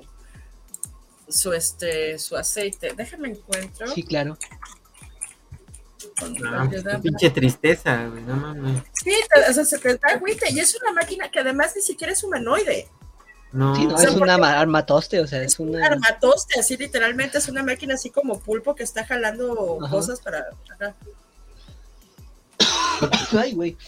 aceite. Déjame encuentro. Sí, claro. Qué pinche tristeza, güey, no mames. Sí, o sea, se te da agüita, y es una máquina que además ni siquiera es humanoide. No, sí, no, o sea, es una armatoste, o sea, es una armatoste, así literalmente es una máquina así como pulpo que está jalando cosas para acá. Ay, güey.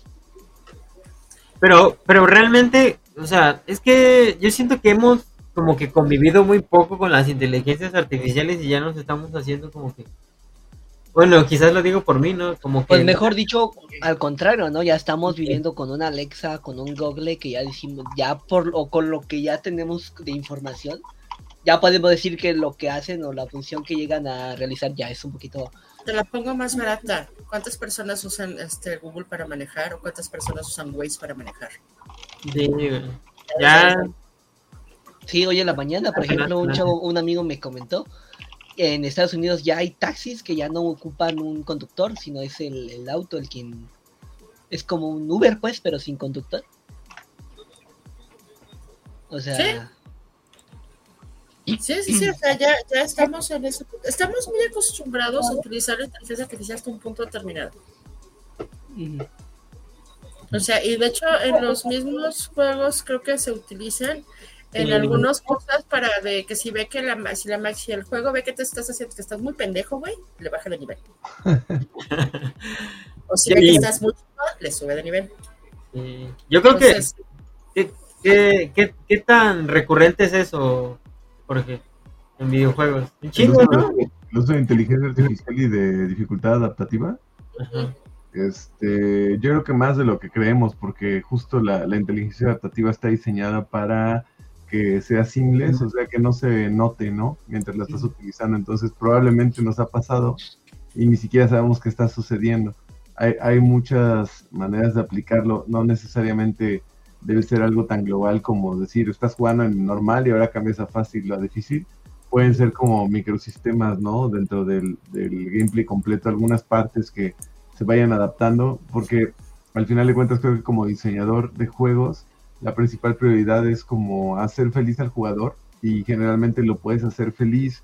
Pero realmente, o sea, es que yo siento que hemos como que convivido muy poco con las inteligencias artificiales y ya nos estamos haciendo como que, bueno, quizás lo digo por mí, ¿no? Como que Pues mejor dicho, al contrario, ¿no? Ya estamos viviendo con una Alexa, con un Google que ya decimos, ya con lo que ya tenemos de información, ya podemos decir que lo que hacen o la función que llegan a realizar ya es un poquito... Te la pongo más barata. ¿Cuántas personas usan Google para manejar o cuántas personas usan Waze para manejar? Sí, ya. Sí, hoy en la mañana, por ejemplo, un amigo me comentó en Estados Unidos ya hay taxis que ya no ocupan un conductor, sino es el auto el quien... Es como un Uber, pues, pero sin conductor. O sea... Sí, o sea, ya estamos en ese punto. Estamos muy acostumbrados a utilizar la inteligencia artificial hasta un punto determinado. O sea, y de hecho en los mismos juegos creo que se utilizan en algunas cosas para de que si ve que si el juego ve que te estás haciendo, que estás muy pendejo, güey, le baja de nivel. O si ve que estás muy chido, le sube de nivel. Yo creo que ¿qué tan recurrente es eso, Jorge, en videojuegos? Un chingo, ¿no? El uso de inteligencia artificial y de dificultad adaptativa. Ajá. Yo creo que más de lo que creemos, porque justo la inteligencia adaptativa está diseñada para que sea seamless, o sea, que no se note, ¿no? Mientras la estás utilizando. Entonces, probablemente nos ha pasado y ni siquiera sabemos qué está sucediendo. Hay muchas maneras de aplicarlo, no necesariamente debe ser algo tan global como decir, estás jugando en normal y ahora cambias a fácil o a difícil. Pueden ser como microsistemas, ¿no? Dentro del gameplay completo, algunas partes que se vayan adaptando, porque al final de cuentas creo que como diseñador de juegos, la principal prioridad es como hacer feliz al jugador, y generalmente lo puedes hacer feliz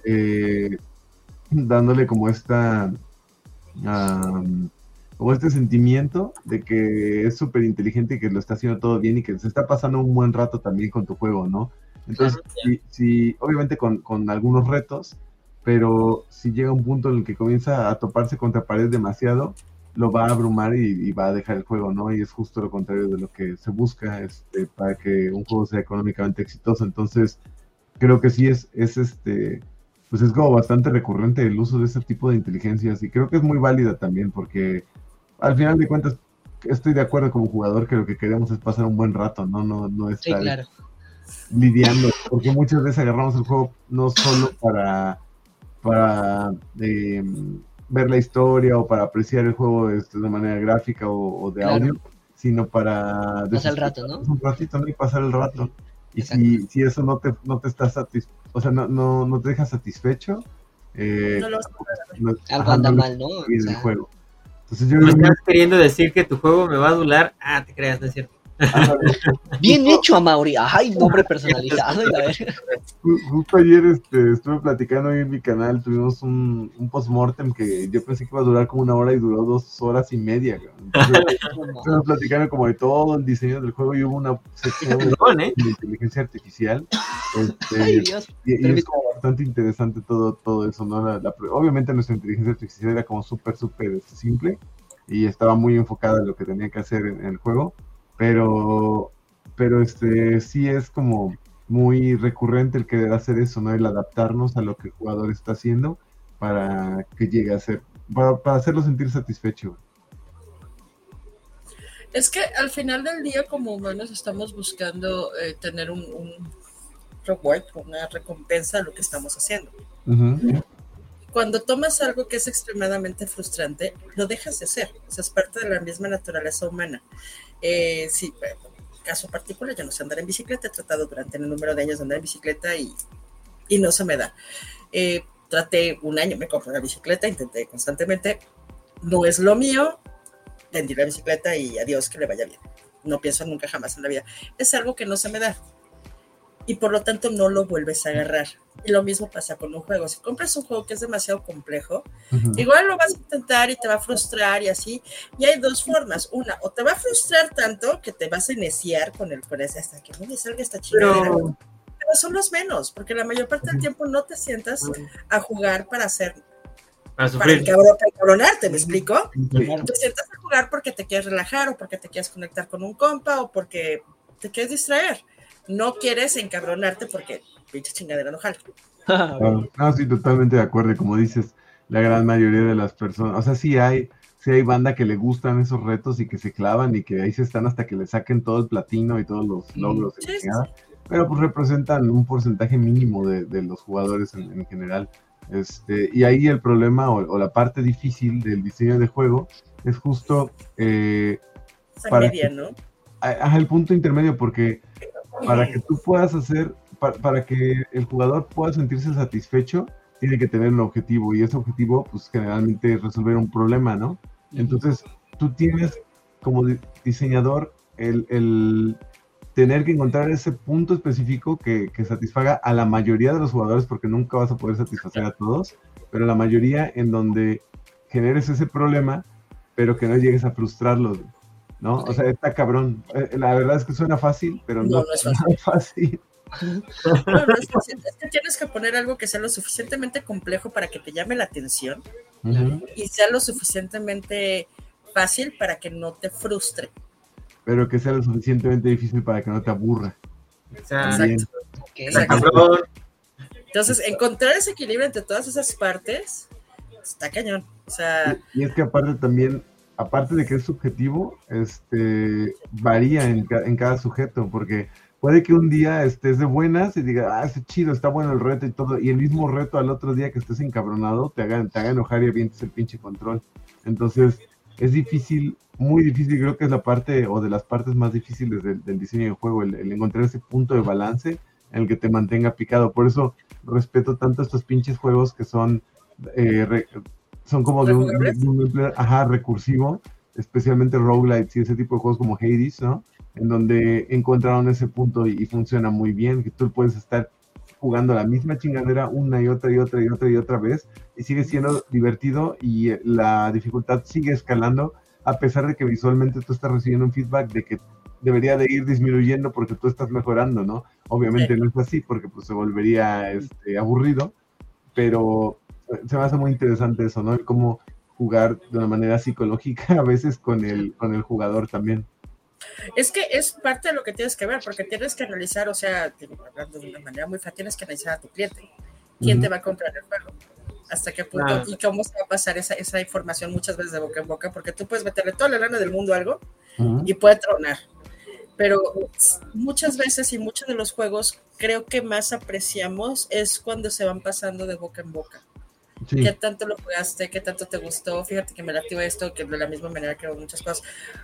dándole como como este sentimiento de que es súper inteligente y que lo está haciendo todo bien y que se está pasando un buen rato también con tu juego, ¿no? Entonces, sí, obviamente con algunos retos, pero si llega un punto en el que comienza a toparse contra pared demasiado, lo va a abrumar y va a dejar el juego, ¿no? Y es justo lo contrario de lo que se busca para que un juego sea económicamente exitoso. Entonces, creo que sí pues es como bastante recurrente el uso de ese tipo de inteligencias, y creo que es muy válida también, porque al final de cuentas estoy de acuerdo como jugador que lo que queremos es pasar un buen rato, no estar lidiando, porque muchas veces agarramos el juego no solo para ver la historia o para apreciar el juego de manera gráfica o de audio, sino para pasar el rato, ¿no? Un ratito, ¿no? Y pasar el rato. Y si eso no te está o sea, no te deja satisfecho, algo anda mal, ¿no? El juego. Entonces yo ¿Me estás queriendo decir que tu juego me va a adular? Ah, te creas, no es cierto. Bien hecho, Amaury. Ay, nombre personalizado. Y la verdad. Justo ayer estuve platicando ahí en mi canal, tuvimos un post-mortem que yo pensé que iba a durar como 1 hora y duró 2 horas y media. Estuvimos platicando como de todo el diseño del juego y hubo una sección de inteligencia artificial. Ay, Dios. Y es como bastante interesante todo eso, ¿no? Obviamente nuestra inteligencia artificial era como súper simple y estaba muy enfocada en lo que tenía que hacer en el juego. Pero sí es como muy recurrente el querer hacer eso, ¿no? El adaptarnos a lo que el jugador está haciendo para que llegue a ser, para hacerlo sentir satisfecho. Es que al final del día, como humanos, estamos buscando tener un reward, una recompensa a lo que estamos haciendo. Uh-huh. Cuando tomas algo que es extremadamente frustrante, lo dejas de hacer. O sea, es parte de la misma naturaleza humana. Sí, caso particular, yo no sé andar en bicicleta, he tratado durante el número de años de andar en bicicleta y no se me da. Traté 1 año, me compré una bicicleta, intenté constantemente, no es lo mío, vendí la bicicleta y adiós, que le vaya bien. No pienso nunca jamás en la vida. Es algo que no se me da y por lo tanto no lo vuelves a agarrar. Y lo mismo pasa con un juego. Si compras un juego que es demasiado complejo, uh-huh, igual lo vas a intentar y te va a frustrar y así. Y hay 2 formas. Una, o te va a frustrar tanto que te vas a iniciar con ese hasta que no me salga esta chingadera. Pero son los menos, porque la mayor parte del tiempo no te sientas a jugar para encabronarte, ¿me explico? Sí. Te sientas a jugar porque te quieres relajar o porque te quieres conectar con un compa o porque te quieres distraer. No quieres encabronarte porque pinche chingadera no jala. No, sí, totalmente de acuerdo. Como dices, la gran mayoría de las personas, o sea, sí hay banda que le gustan esos retos y que se clavan y que ahí se están hasta que le saquen todo el platino y todos los logros, sí. Pero pues representan un porcentaje mínimo de los jugadores en general. Y ahí el problema o la parte difícil del diseño de juego es justo media, ¿no? El punto intermedio, porque para que tú puedas hacer, para que el jugador pueda sentirse satisfecho, tiene que tener un objetivo, y ese objetivo, pues generalmente es resolver un problema, ¿no? Entonces, tú tienes como diseñador el tener que encontrar ese punto específico que satisfaga a la mayoría de los jugadores, porque nunca vas a poder satisfacer a todos, pero la mayoría en donde generes ese problema, pero que no llegues a frustrarlos, ¿no? O sea, está cabrón. La verdad es que suena fácil, pero no es fácil. No es fácil. Es que tienes que poner algo que sea lo suficientemente complejo para que te llame la atención y sea lo suficientemente fácil para que no te frustre. Pero que sea lo suficientemente difícil para que no te aburra. Exacto. Entonces, encontrar ese equilibrio entre todas esas partes está cañón. O sea, y es que aparte también, aparte de que es subjetivo, varía en cada sujeto, porque puede que un día estés de buenas y digas, está chido, está bueno el reto y todo, y el mismo reto al otro día que estés encabronado te haga enojar y avientes el pinche control. Entonces, es difícil, muy difícil, creo que es la parte, o de las partes más difíciles del diseño de juego, el encontrar ese punto de balance en el que te mantenga picado. Por eso respeto tanto estos pinches juegos que son como de un gameplay, recursivo, especialmente roguelites y ese tipo de juegos como Hades, ¿no? En donde encontraron ese punto y funciona muy bien, que tú puedes estar jugando la misma chingadera una y otra vez y sigue siendo divertido y la dificultad sigue escalando a pesar de que visualmente tú estás recibiendo un feedback de que debería de ir disminuyendo porque tú estás mejorando, ¿no? Obviamente no es así porque pues se volvería aburrido, pero se me hace muy interesante eso, ¿no? El cómo jugar de una manera psicológica a veces con el jugador también. Es que es parte de lo que tienes que ver, porque tienes que analizar, o sea, hablando de una manera muy fácil, tienes que analizar a tu cliente. ¿Quién te va a comprar el juego? ¿Hasta qué punto? ¿Y cómo se va a pasar esa información muchas veces de boca en boca? Porque tú puedes meterle toda la lana del mundo a algo y puede tronar. Pero muchas veces y muchos de los juegos creo que más apreciamos es cuando se van pasando de boca en boca. Sí. ¿Qué tanto lo jugaste? ¿Qué tanto te gustó? Fíjate que me latió esto, que de la misma manera que muchas cosas.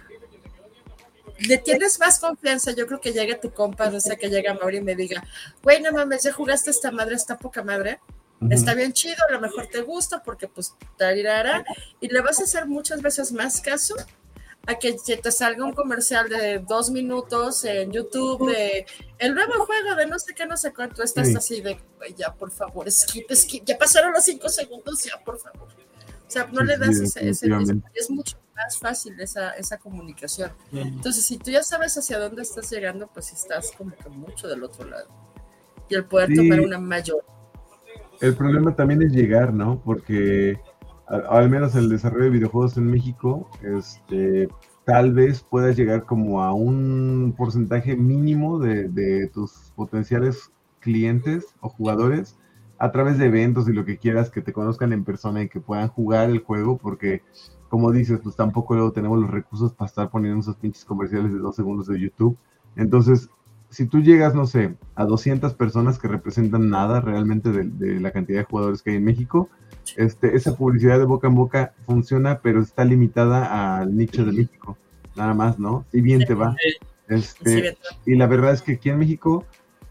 Le tienes más confianza, yo creo que llegue tu compa, no sé, que llegue Mauri y me diga, güey, no mames, ya jugaste esta madre, está poca madre, está bien chido, a lo mejor te gusta porque pues tarirara, y le vas a hacer muchas veces más caso a que te salga un comercial de 2 minutos en YouTube de el nuevo juego de no sé qué, no sé cuánto, estás así de, güey, ya por favor, skip, ya pasaron los 5 segundos, ya por favor. O sea, no le das es mucho más fácil esa comunicación. Entonces, si tú ya sabes hacia dónde estás llegando, pues estás como que mucho del otro lado. Y el poder tomar una mayor. El problema también es llegar, ¿no? Porque al menos el desarrollo de videojuegos en México, tal vez puedas llegar como a un porcentaje mínimo de tus potenciales clientes o jugadores a través de eventos y lo que quieras, que te conozcan en persona y que puedan jugar el juego, porque como dices, pues tampoco luego tenemos los recursos para estar poniendo esos pinches comerciales de 2 segundos de YouTube. Entonces, si tú llegas, no sé, a 200 personas que representan nada realmente de la cantidad de jugadores que hay en México, esa publicidad de boca en boca funciona, pero está limitada al nicho de México, nada más, ¿no? Si bien te va. Y la verdad es que aquí en México,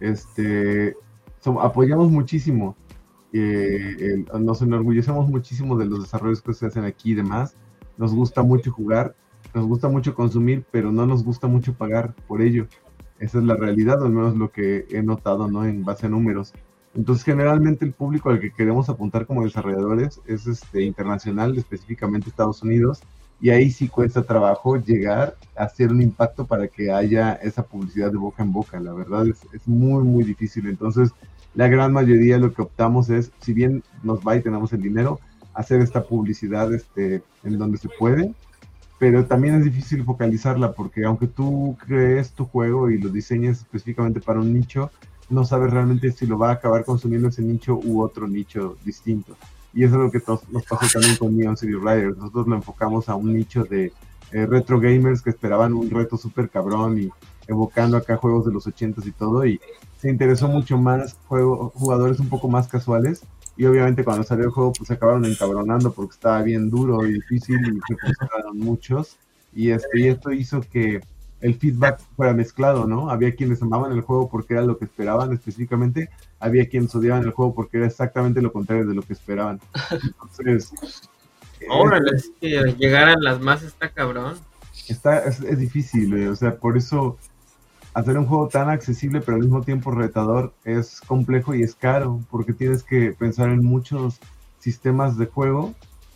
apoyamos muchísimo, nos enorgullecemos muchísimo de los desarrollos que se hacen aquí y demás. Nos gusta mucho jugar, nos gusta mucho consumir, pero no nos gusta mucho pagar por ello. Esa es la realidad, o al menos lo que he notado, ¿no? En base a números. Entonces, generalmente el público al que queremos apuntar como desarrolladores es internacional, específicamente Estados Unidos, y ahí sí cuesta trabajo llegar a hacer un impacto para que haya esa publicidad de boca en boca. La verdad es muy, muy difícil. Entonces, la gran mayoría lo que optamos es, si bien nos va y tenemos el dinero, hacer esta publicidad en donde se puede, pero también es difícil focalizarla, porque aunque tú crees tu juego y lo diseñes específicamente para un nicho, no sabes realmente si lo va a acabar consumiendo ese nicho u otro nicho distinto. Y eso es lo que nos pasó también con Neon City Riders. Nosotros lo enfocamos a un nicho de retro gamers que esperaban un reto súper cabrón y evocando acá juegos de los 80s y todo, y se interesó mucho más jugadores un poco más casuales, y obviamente cuando salió el juego pues se acabaron encabronando porque estaba bien duro y difícil y se frustraron muchos, y esto hizo que el feedback fuera mezclado, ¿no? Había quienes amaban el juego porque era lo que esperaban específicamente, había quienes odiaban el juego porque era exactamente lo contrario de lo que esperaban. Entonces, Órale, es que llegar a las más está cabrón. es difícil, o sea, por eso hacer un juego tan accesible pero al mismo tiempo retador es complejo y es caro, porque tienes que pensar en muchos sistemas de juego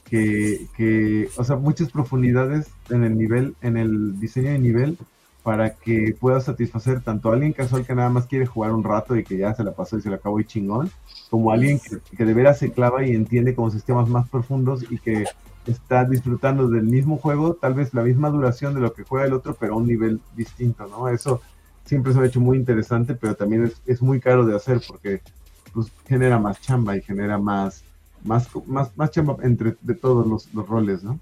o sea, muchas profundidades en el nivel, en el diseño de nivel, para que pueda satisfacer tanto a alguien casual que nada más quiere jugar un rato y que ya se la pasó y se la acabó y chingón, como a alguien que de veras se clava y entiende como sistemas más profundos y que está disfrutando del mismo juego, tal vez la misma duración de lo que juega el otro, pero a un nivel distinto, ¿no? Eso siempre se ha hecho muy interesante, pero también es muy caro de hacer porque pues, genera más chamba y genera más chamba de todos los roles, ¿no?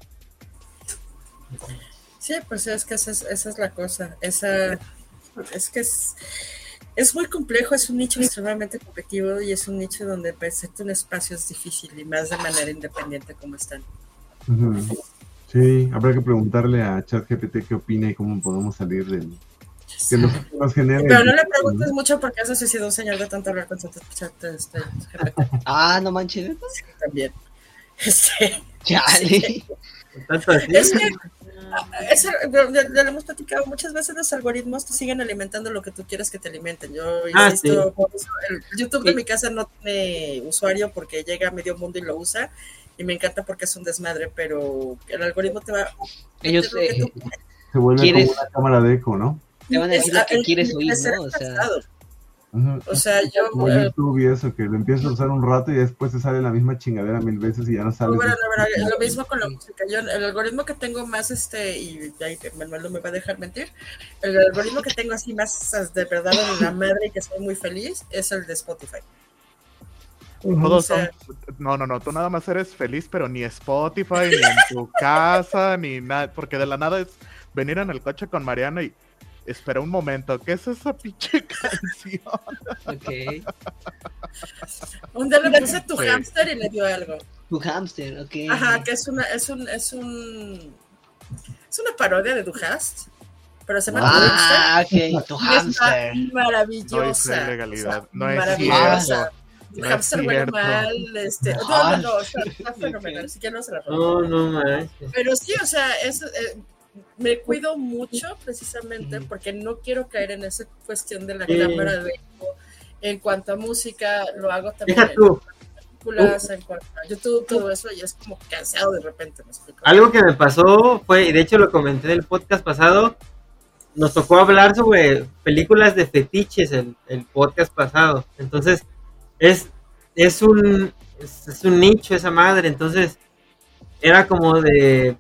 Sí, pues es que esa es la cosa. Es que es muy complejo, es un nicho extremadamente competitivo y es un nicho donde hacerte un espacio es difícil y más de manera independiente como están. Uh-huh. Sí, habrá que preguntarle a ChatGPT qué opina y cómo podemos salir del... Que nos genere... Pero no le preguntes mucho porque eso sí ha sido un señor de tanto hablar con ChatGPT. Ah, no manches. Sí, también. Chale. Sí. ¿Tanto así? Es que ya lo hemos platicado muchas veces, los algoritmos te siguen alimentando lo que tú quieres que te alimenten. Yo insisto, por eso el YouTube de mi casa no tiene usuario porque llega a medio mundo y lo usa y me encanta porque es un desmadre, pero el algoritmo te va ellos se vuelve como una cámara de eco, ¿no? Te van a decir lo que quieres oír, ¿no? O sea, yo... Como YouTube y eso, que lo empiezas a usar un rato y después te sale la misma chingadera 1000 veces y ya no sale. Lo mismo con la música. Yo, el algoritmo que tengo más, y ahí Manuel no me va a dejar mentir, el algoritmo que tengo así más de verdad en la madre y que soy muy feliz es el de Spotify. Todos son... No, tú nada más eres feliz, pero ni Spotify, ni en tu casa, ni nada, porque de la nada es venir en el coche con Mariana y espera un momento, ¿qué es esa pinche canción? Ok. Un día le puse tu hámster y le dio algo. Tu hámster, ok. Ajá, que es una parodia de Du Hast, pero se llama ok, tu hámster. Maravillosa. No es legalidad, no es maravillosa. cierto. Tu hámster huele mal, no, está fenomenal, así que no se la robo. No manches. Pero sí, o sea, me cuido mucho precisamente porque no quiero caer en esa cuestión de la cámara de eco. En cuanto a música, lo hago también en películas, en cuanto a YouTube, todo eso, y es como cansado de repente, ¿me explico? Algo que me pasó fue, y de hecho lo comenté en el podcast pasado, nos tocó hablar sobre películas de fetiches el podcast pasado. Entonces, es un nicho esa madre, entonces era como de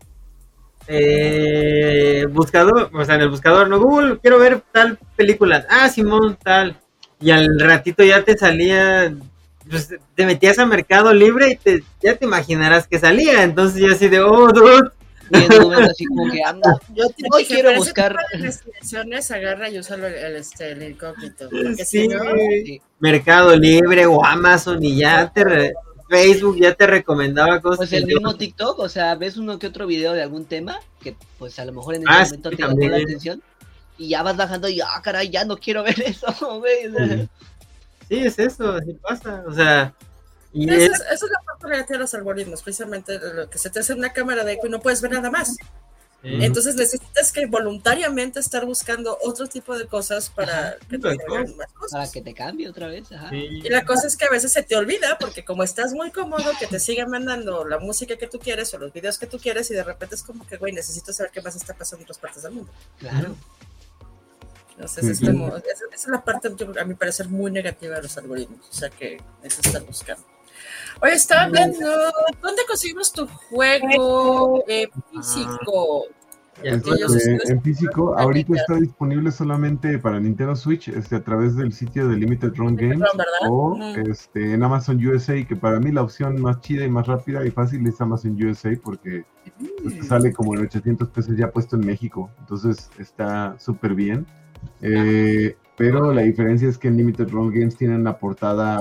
buscador, o sea, en el buscador, no, Google, quiero ver tal película, Simón, tal, y al ratito ya te salía, pues, te metías a Mercado Libre y ya te imaginarás que salía, entonces yo así de, dude. Y en un momento así como que yo hoy quiero buscar descripciones, agarra y usa el incógnito. Sí, Mercado Libre o Amazon y ya Facebook ya te recomendaba cosas. Pues el mismo TikTok, o sea, ves uno que otro video de algún tema que pues a lo mejor en ese momento te llamó la atención y ya vas bajando y caray, ya no quiero ver eso, güey. Sí, es eso, así pasa, o sea... Y esa es la parte negativa de los algoritmos, precisamente lo que se te hace una cámara de eco y no puedes ver nada más. Entonces necesitas que voluntariamente estar buscando otro tipo de cosas para que te hagan más cosas. Para que te cambie otra vez. Y la cosa es que a veces se te olvida, porque como estás muy cómodo, que te sigan mandando la música que tú quieres o los videos que tú quieres, y de repente es como que, güey, necesito saber qué más está pasando en otras partes del mundo. Claro. Entonces esa es la parte, a mi parecer, muy negativa de los algoritmos. O sea que es estar buscando. Oye, estaba hablando, ¿dónde conseguimos tu juego físico? En físico, ahorita está disponible solamente para Nintendo Switch, a través del sitio de Limited Run Games, o en Amazon USA, que para mí la opción más chida y más rápida y fácil es Amazon USA, porque sale como en 800 pesos ya puesto en México, entonces está súper bien. Pero la diferencia es que en Limited Run Games tienen la portada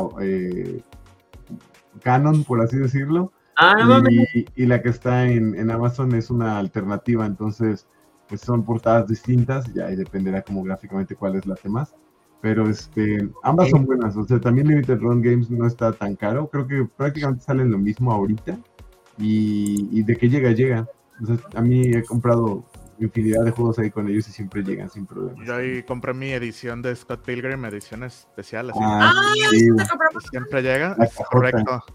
canon, por así decirlo, y la que está en Amazon es una alternativa, entonces pues son portadas distintas, ya ahí dependerá como gráficamente cuál es la que más, Pero ambas son buenas, o sea, también Limited Run Games no está tan caro, creo que prácticamente salen lo mismo ahorita, y de que llega. O sea, a mí he comprado infinidad de juegos ahí con ellos y siempre llegan sin problemas. Yo ahí compré mi edición de Scott Pilgrim, edición especial, así. Sí, te compramos. Siempre llega, La es cajota. correcto.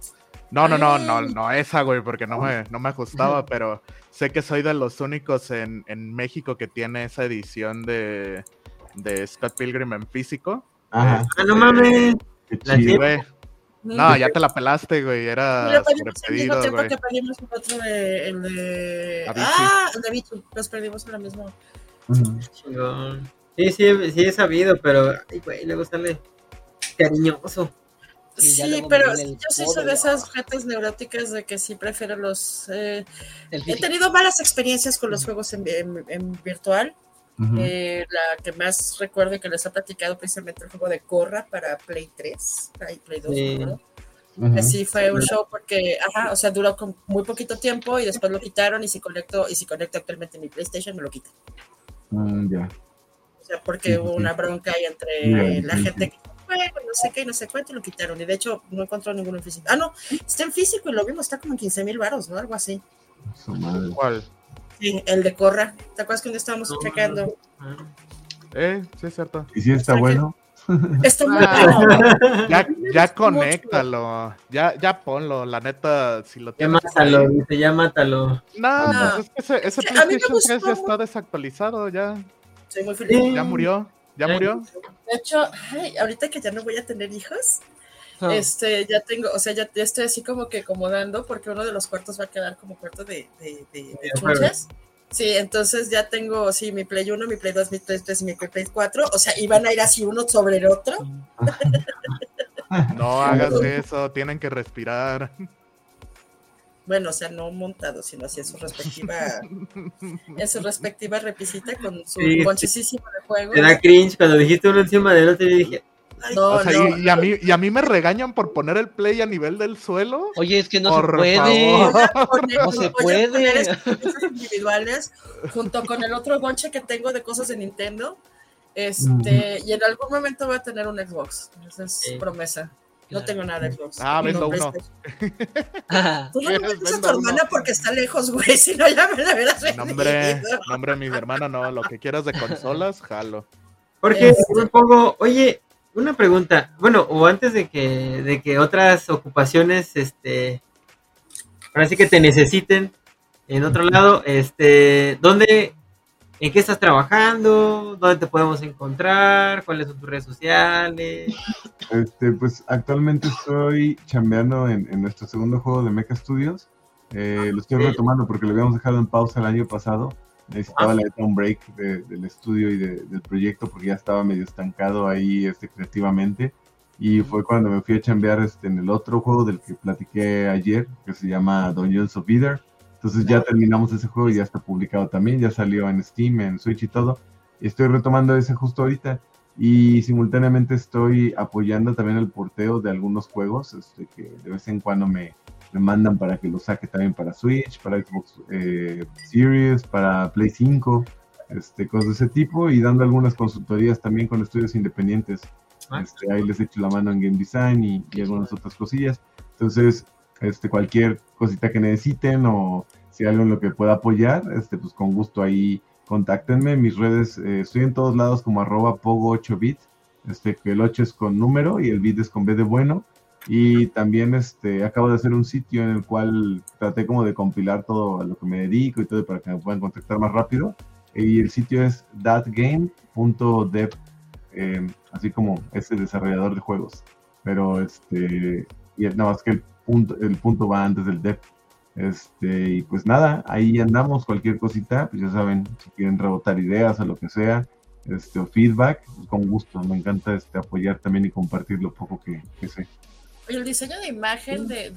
No esa, güey, porque no me ajustaba, pero sé que soy de los únicos en México que tiene esa edición de Scott Pilgrim en físico. Ajá, No mames. qué La chido. Güey. No, ya te la pelaste, güey, Y era lo pedimos al mismo sobrepedido, tiempo güey. que pedimos el otro el de... Avicii. El de Avicii. Los pedimos en la misma. Ujú. Chingón. Sí, he sabido, pero, ay, güey, luego sale cariñoso. Sí, ya Sí, luego pero me duele el yo sí codo, soy de ¿no? esas jetas neuróticas de que sí prefiero los... El he físico. tenido malas experiencias con los juegos en virtual. Ujú. La que más recuerdo y que les he platicado precisamente el juego de Corra para Play 3, Play 2, Sí. ¿no? Ujú. Así fue un show porque, o sea, duró con muy poquito tiempo y después lo quitaron y si conecto actualmente mi PlayStation me lo quitan. Ya. O sea, porque Sí, hubo sí. una bronca ahí entre Sí, la sí, gente que juega, no sé qué y no sé cuánto y lo quitaron. Y de hecho no encontró ninguno en físico. No, está en físico y lo vimos, está como en 15,000 varos, ¿no? Algo así. Su madre. ¿Cuál? Sí, el de Corra. ¿Te acuerdas que un día estábamos checando? Sí, es cierto. ¿Y si está O sea que- bueno? Está muy Ah. bueno. Ya conéctalo, ya ponlo, la neta, si lo Ya tienes mátalo, ahí. dice, ya mátalo. No, No. pues es que ese Es que a mí me PlayStation 3 ya gustó. está desactualizado, ya Estoy muy feliz. Sí. ya murió. De hecho, ahorita que ya no voy a tener hijos, Ah, ya tengo, o sea, ya estoy así como que acomodando porque uno de los cuartos va a quedar como cuarto de chunches. Sí, entonces ya tengo, sí, mi Play 1, mi Play 2, mi Play 3 y mi Play 4, o sea, iban a ir así uno sobre el otro. No hagas eso, tienen que respirar. Bueno, o sea, no montado, sino así en su respectiva repisita con su Sí, sí. bonchecísimo de juego. Te da cringe cuando dijiste uno encima del otro y dije, No, O sea, no. y a mí me regañan por poner el play a nivel del suelo. Oye, es que no Por se puede. favor. No se Voy a puede. poner esas piezas individuales junto con el otro bonche que tengo de cosas de Nintendo. Y en algún momento voy a tener un Xbox. Esa es Sí. promesa. No Claro. tengo nada de Xbox. Vendo No, uno. PlayStation. Tú no me ¿Quieres? mandas a tu Vendo hermana uno. porque está lejos, güey. Si no, ya me la hubieras Nombre, vendido. mis hermanos, no. Lo que quieras de consolas, jalo. Jorge, me pongo, oye, una pregunta, bueno, o antes de que otras ocupaciones, ahora sí que te necesiten en otro lado, en qué estás trabajando, dónde te podemos encontrar, cuáles son tus redes sociales. Pues actualmente estoy chambeando en nuestro segundo juego de Mecha Studios. Lo estoy retomando porque lo habíamos dejado en pausa el año pasado. Necesitaba la neta un break del estudio y del proyecto porque ya estaba medio estancado ahí creativamente. Y fue cuando me fui a chambear en el otro juego del que platiqué ayer, que se llama Dungeons of Either. Entonces ya terminamos ese juego y ya está publicado también, ya salió en Steam, en Switch y todo. Y estoy retomando ese justo ahorita. Y simultáneamente estoy apoyando también el porteo de algunos juegos que de vez en cuando me mandan para que los saque también para Switch, para Xbox Series, para Play 5, cosas de ese tipo, y dando algunas consultorías también con estudios independientes. Ahí les echo la mano en Game Design y algunas otras cosillas. Entonces, cualquier cosita que necesiten o si hay algo en lo que pueda apoyar, pues con gusto ahí contáctenme. Mis redes, estoy en todos lados como @pogo8bit, que el 8 es con número y el bit es con B de bueno. Y también acabo de hacer un sitio en el cual traté como de compilar todo a lo que me dedico y todo para que me puedan contactar más rápido. Y el sitio es thatgame.dev, así como ese desarrollador de juegos. Pero y nada más que el punto va antes del dev. Y pues nada, ahí andamos, cualquier cosita, pues ya saben, si quieren rebotar ideas o lo que sea, o feedback, pues con gusto, me encanta apoyar también y compartir lo poco que sé. Oye, el diseño de imagen de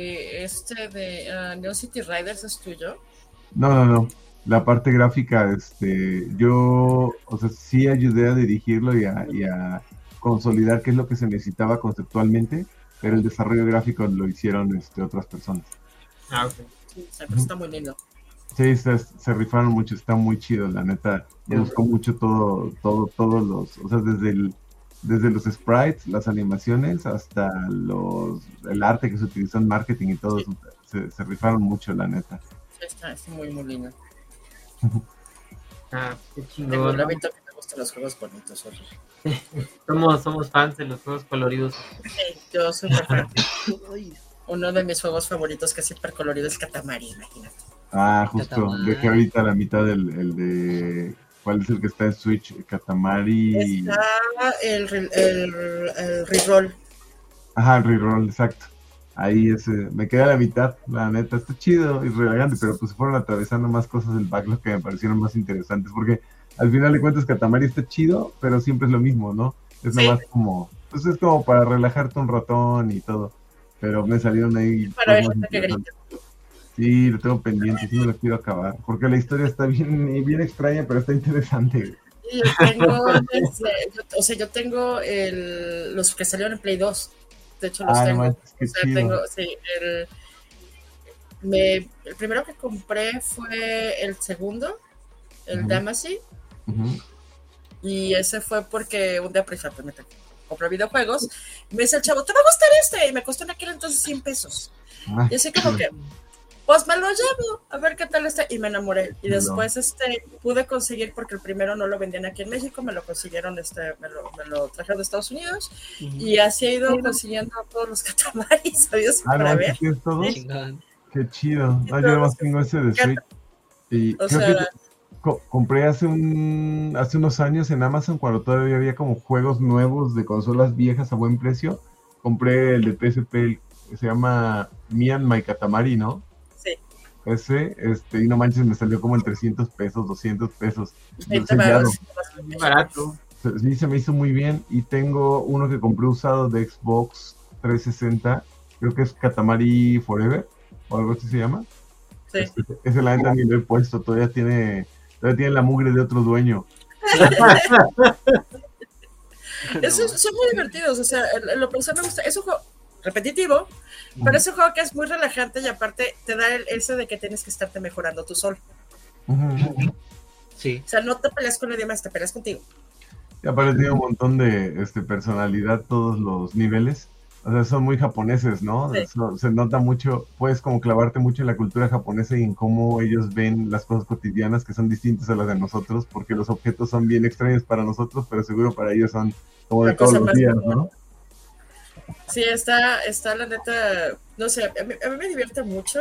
Neon City Riders es tuyo. No, la parte gráfica, yo, o sea, sí ayudé a dirigirlo y a consolidar qué es lo que se necesitaba conceptualmente, pero el desarrollo gráfico lo hicieron otras personas. Ah, ok. Sí, pero está muy lindo. Sí, se rifaron mucho, está muy chido, la neta. Me gustó mucho todos los, o sea, desde desde los sprites, las animaciones, hasta el arte que se utilizó en marketing y todo, se rifaron mucho, la neta. Está muy, muy lindo. Qué Tengo chingón. el ¿No? hábito que me gustan los juegos bonitos. Somos fans de los juegos coloridos. Sí, yo soy muy fan. Ay, Uno de mis juegos favoritos que es hiper colorido es Katamari, imagínate. Justo, Katamari. dejé ahorita la mitad el de... ¿Cuál es el que está en Switch? Katamari... Está el reroll. Ajá, el reroll, exacto. Ahí me queda la mitad, la neta, está chido y relajante, pero pues se fueron atravesando más cosas del backlog que me parecieron más interesantes, porque al final de cuentas Katamari está chido, pero siempre es lo mismo, ¿no? Es Sí. nomás como, pues es como para relajarte un ratón y todo, pero me salieron ahí Para ver cosas gente que grita. interesantes. Sí, lo tengo pendiente, sí me lo quiero acabar, porque la historia está bien extraña, pero está interesante. Y yo tengo, yo tengo los que salieron en Play 2. De hecho, los No tengo. manches, qué O sea, chido. tengo, sí, el primero que compré fue el segundo, el Ujú. Damacy, Ujú. y ese fue porque un día precisamente compré videojuegos, y me dice el chavo, ¿te va a gustar este? Y me costó en aquel entonces 100 pesos. Ah, Y así como que, pues me lo llevo, a ver qué tal está, y me enamoré. Y No. después pude conseguir, porque el primero no lo vendían aquí en México, me lo consiguieron, me lo trajeron de Estados Unidos, y así he ido consiguiendo todos los catamaris, ¿sabías? no Para ver. manches, ¿tienes todos? chingón. Qué chido. Sí, No, yo todos nomás los tengo ese de Switch. Y O creo sea, que compré hace unos años en Amazon, cuando todavía había como juegos nuevos de consolas viejas a buen precio. Compré el de PSP, que se llama Me and My Katamari, ¿no? sí, Y no manches, me salió como en 300 pesos, 200 pesos. ahorita sellado. Muy barato. Sí, se me hizo muy bien. Y tengo uno que compré usado de Xbox 360, creo que es Katamari Forever, o algo así se llama. sí. Ese la neta ni lo he puesto, todavía tiene la mugre de otro dueño. Son muy divertidos, o sea, en lo personal me gusta. Es un juego repetitivo, pero es un juego que es muy relajante y aparte te da ese de que tienes que estarte mejorando tú solo. Ujú. Sí. O sea, no te peleas con nadie más, te peleas contigo. Y aparte tiene un montón de personalidad todos los niveles. O sea, son muy japoneses, ¿no? Sí. Se nota mucho, puedes como clavarte mucho en la cultura japonesa y en cómo ellos ven las cosas cotidianas que son distintas a las de nosotros, porque los objetos son bien extraños para nosotros, pero seguro para ellos son como de La todos cosa los más días, común. ¿no? Sí, está la neta, no sé, a mí me divierte mucho.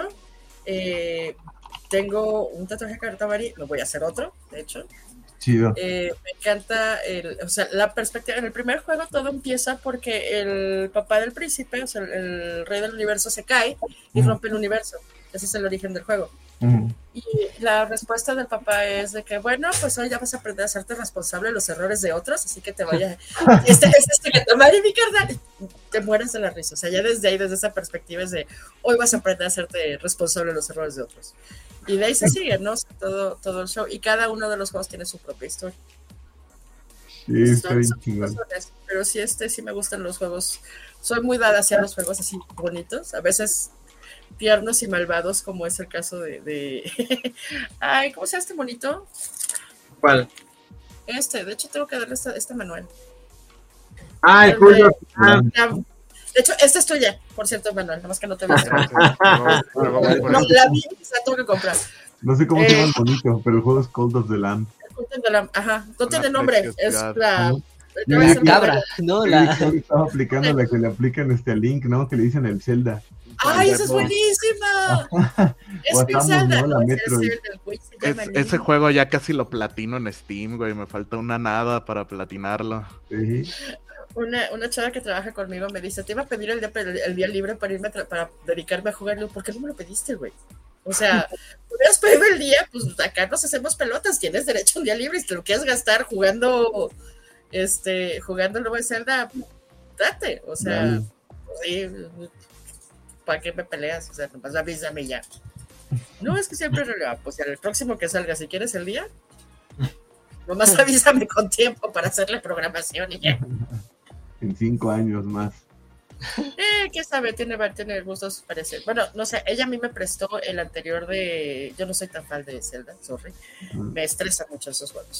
Tengo un tatuaje de Katamari, lo voy a hacer otro, de hecho. Chido. Me encanta, o sea, la perspectiva. En el primer juego todo empieza porque el papá del príncipe, o sea, el rey del universo se cae y rompe el universo. Ese es el origen del juego. Ujú. Y la respuesta del papá es de que, bueno, pues hoy ya vas a aprender a hacerte responsable de los errores de otros, así que te vaya. Este que tomar y mi carnal, te mueres de la risa. O sea, ya desde ahí, desde esa perspectiva, es de hoy vas a aprender a hacerte responsable de los errores de otros. Y de ahí se sigue, ¿no? O sea, todo el show. Y cada uno de los juegos tiene su propia historia. Sí, está bien Son chingón. razones, pero sí, sí me gustan los juegos. Soy muy dada hacia los juegos así bonitos. A veces tiernos y malvados, como es el caso de... Ay, ¿cómo se llama este monito? ¿Cuál? De hecho tengo que darle este manual. Ah, el El Cult de- of Lamb. De hecho, esta es tuya, por cierto, Manuel, nada más que no te viste. Luego voy por No, eso. la vi y la tengo que comprar. No sé cómo se llama el bonito, pero el juego es Cult of the Lamb. Ajá, no tiene Una nombre, es preciosidad. la... Yo La dije, cabra, ¿no? Yo La... dije que estaba aplicando la que le aplican a Link, ¿no? Que le dicen el Zelda. ¡Ay, esa es buenísima! Es O mi Samus, Zelda, ¿no? La es Metroid. Zelda, el güey se llama Link. Ese juego ya casi lo platino en Steam, güey. Me falta una nada para platinarlo. Sí. Una chava que trabaja conmigo me dice, te iba a pedir el día libre para irme para dedicarme a jugarlo. ¿Por qué no me lo pediste, güey? O sea, hubieras pedido el día, pues acá nos hacemos pelotas, tienes derecho a un día libre y si te lo quieres gastar jugando el nuevo Zelda, date, o sea, Dale. sí, ¿para qué me peleas? O sea, nomás avísame ya. No, es que siempre, pues el próximo que salga, si quieres el día, nomás avísame con tiempo para hacer la programación y ya. En 5 años más. ¿Qué sabe? Tiene gustos parecidos. Bueno, no sé, ella a mí me prestó el anterior de... Yo no soy tan fan de Zelda, sorry. Me estresan mucho esos juegos.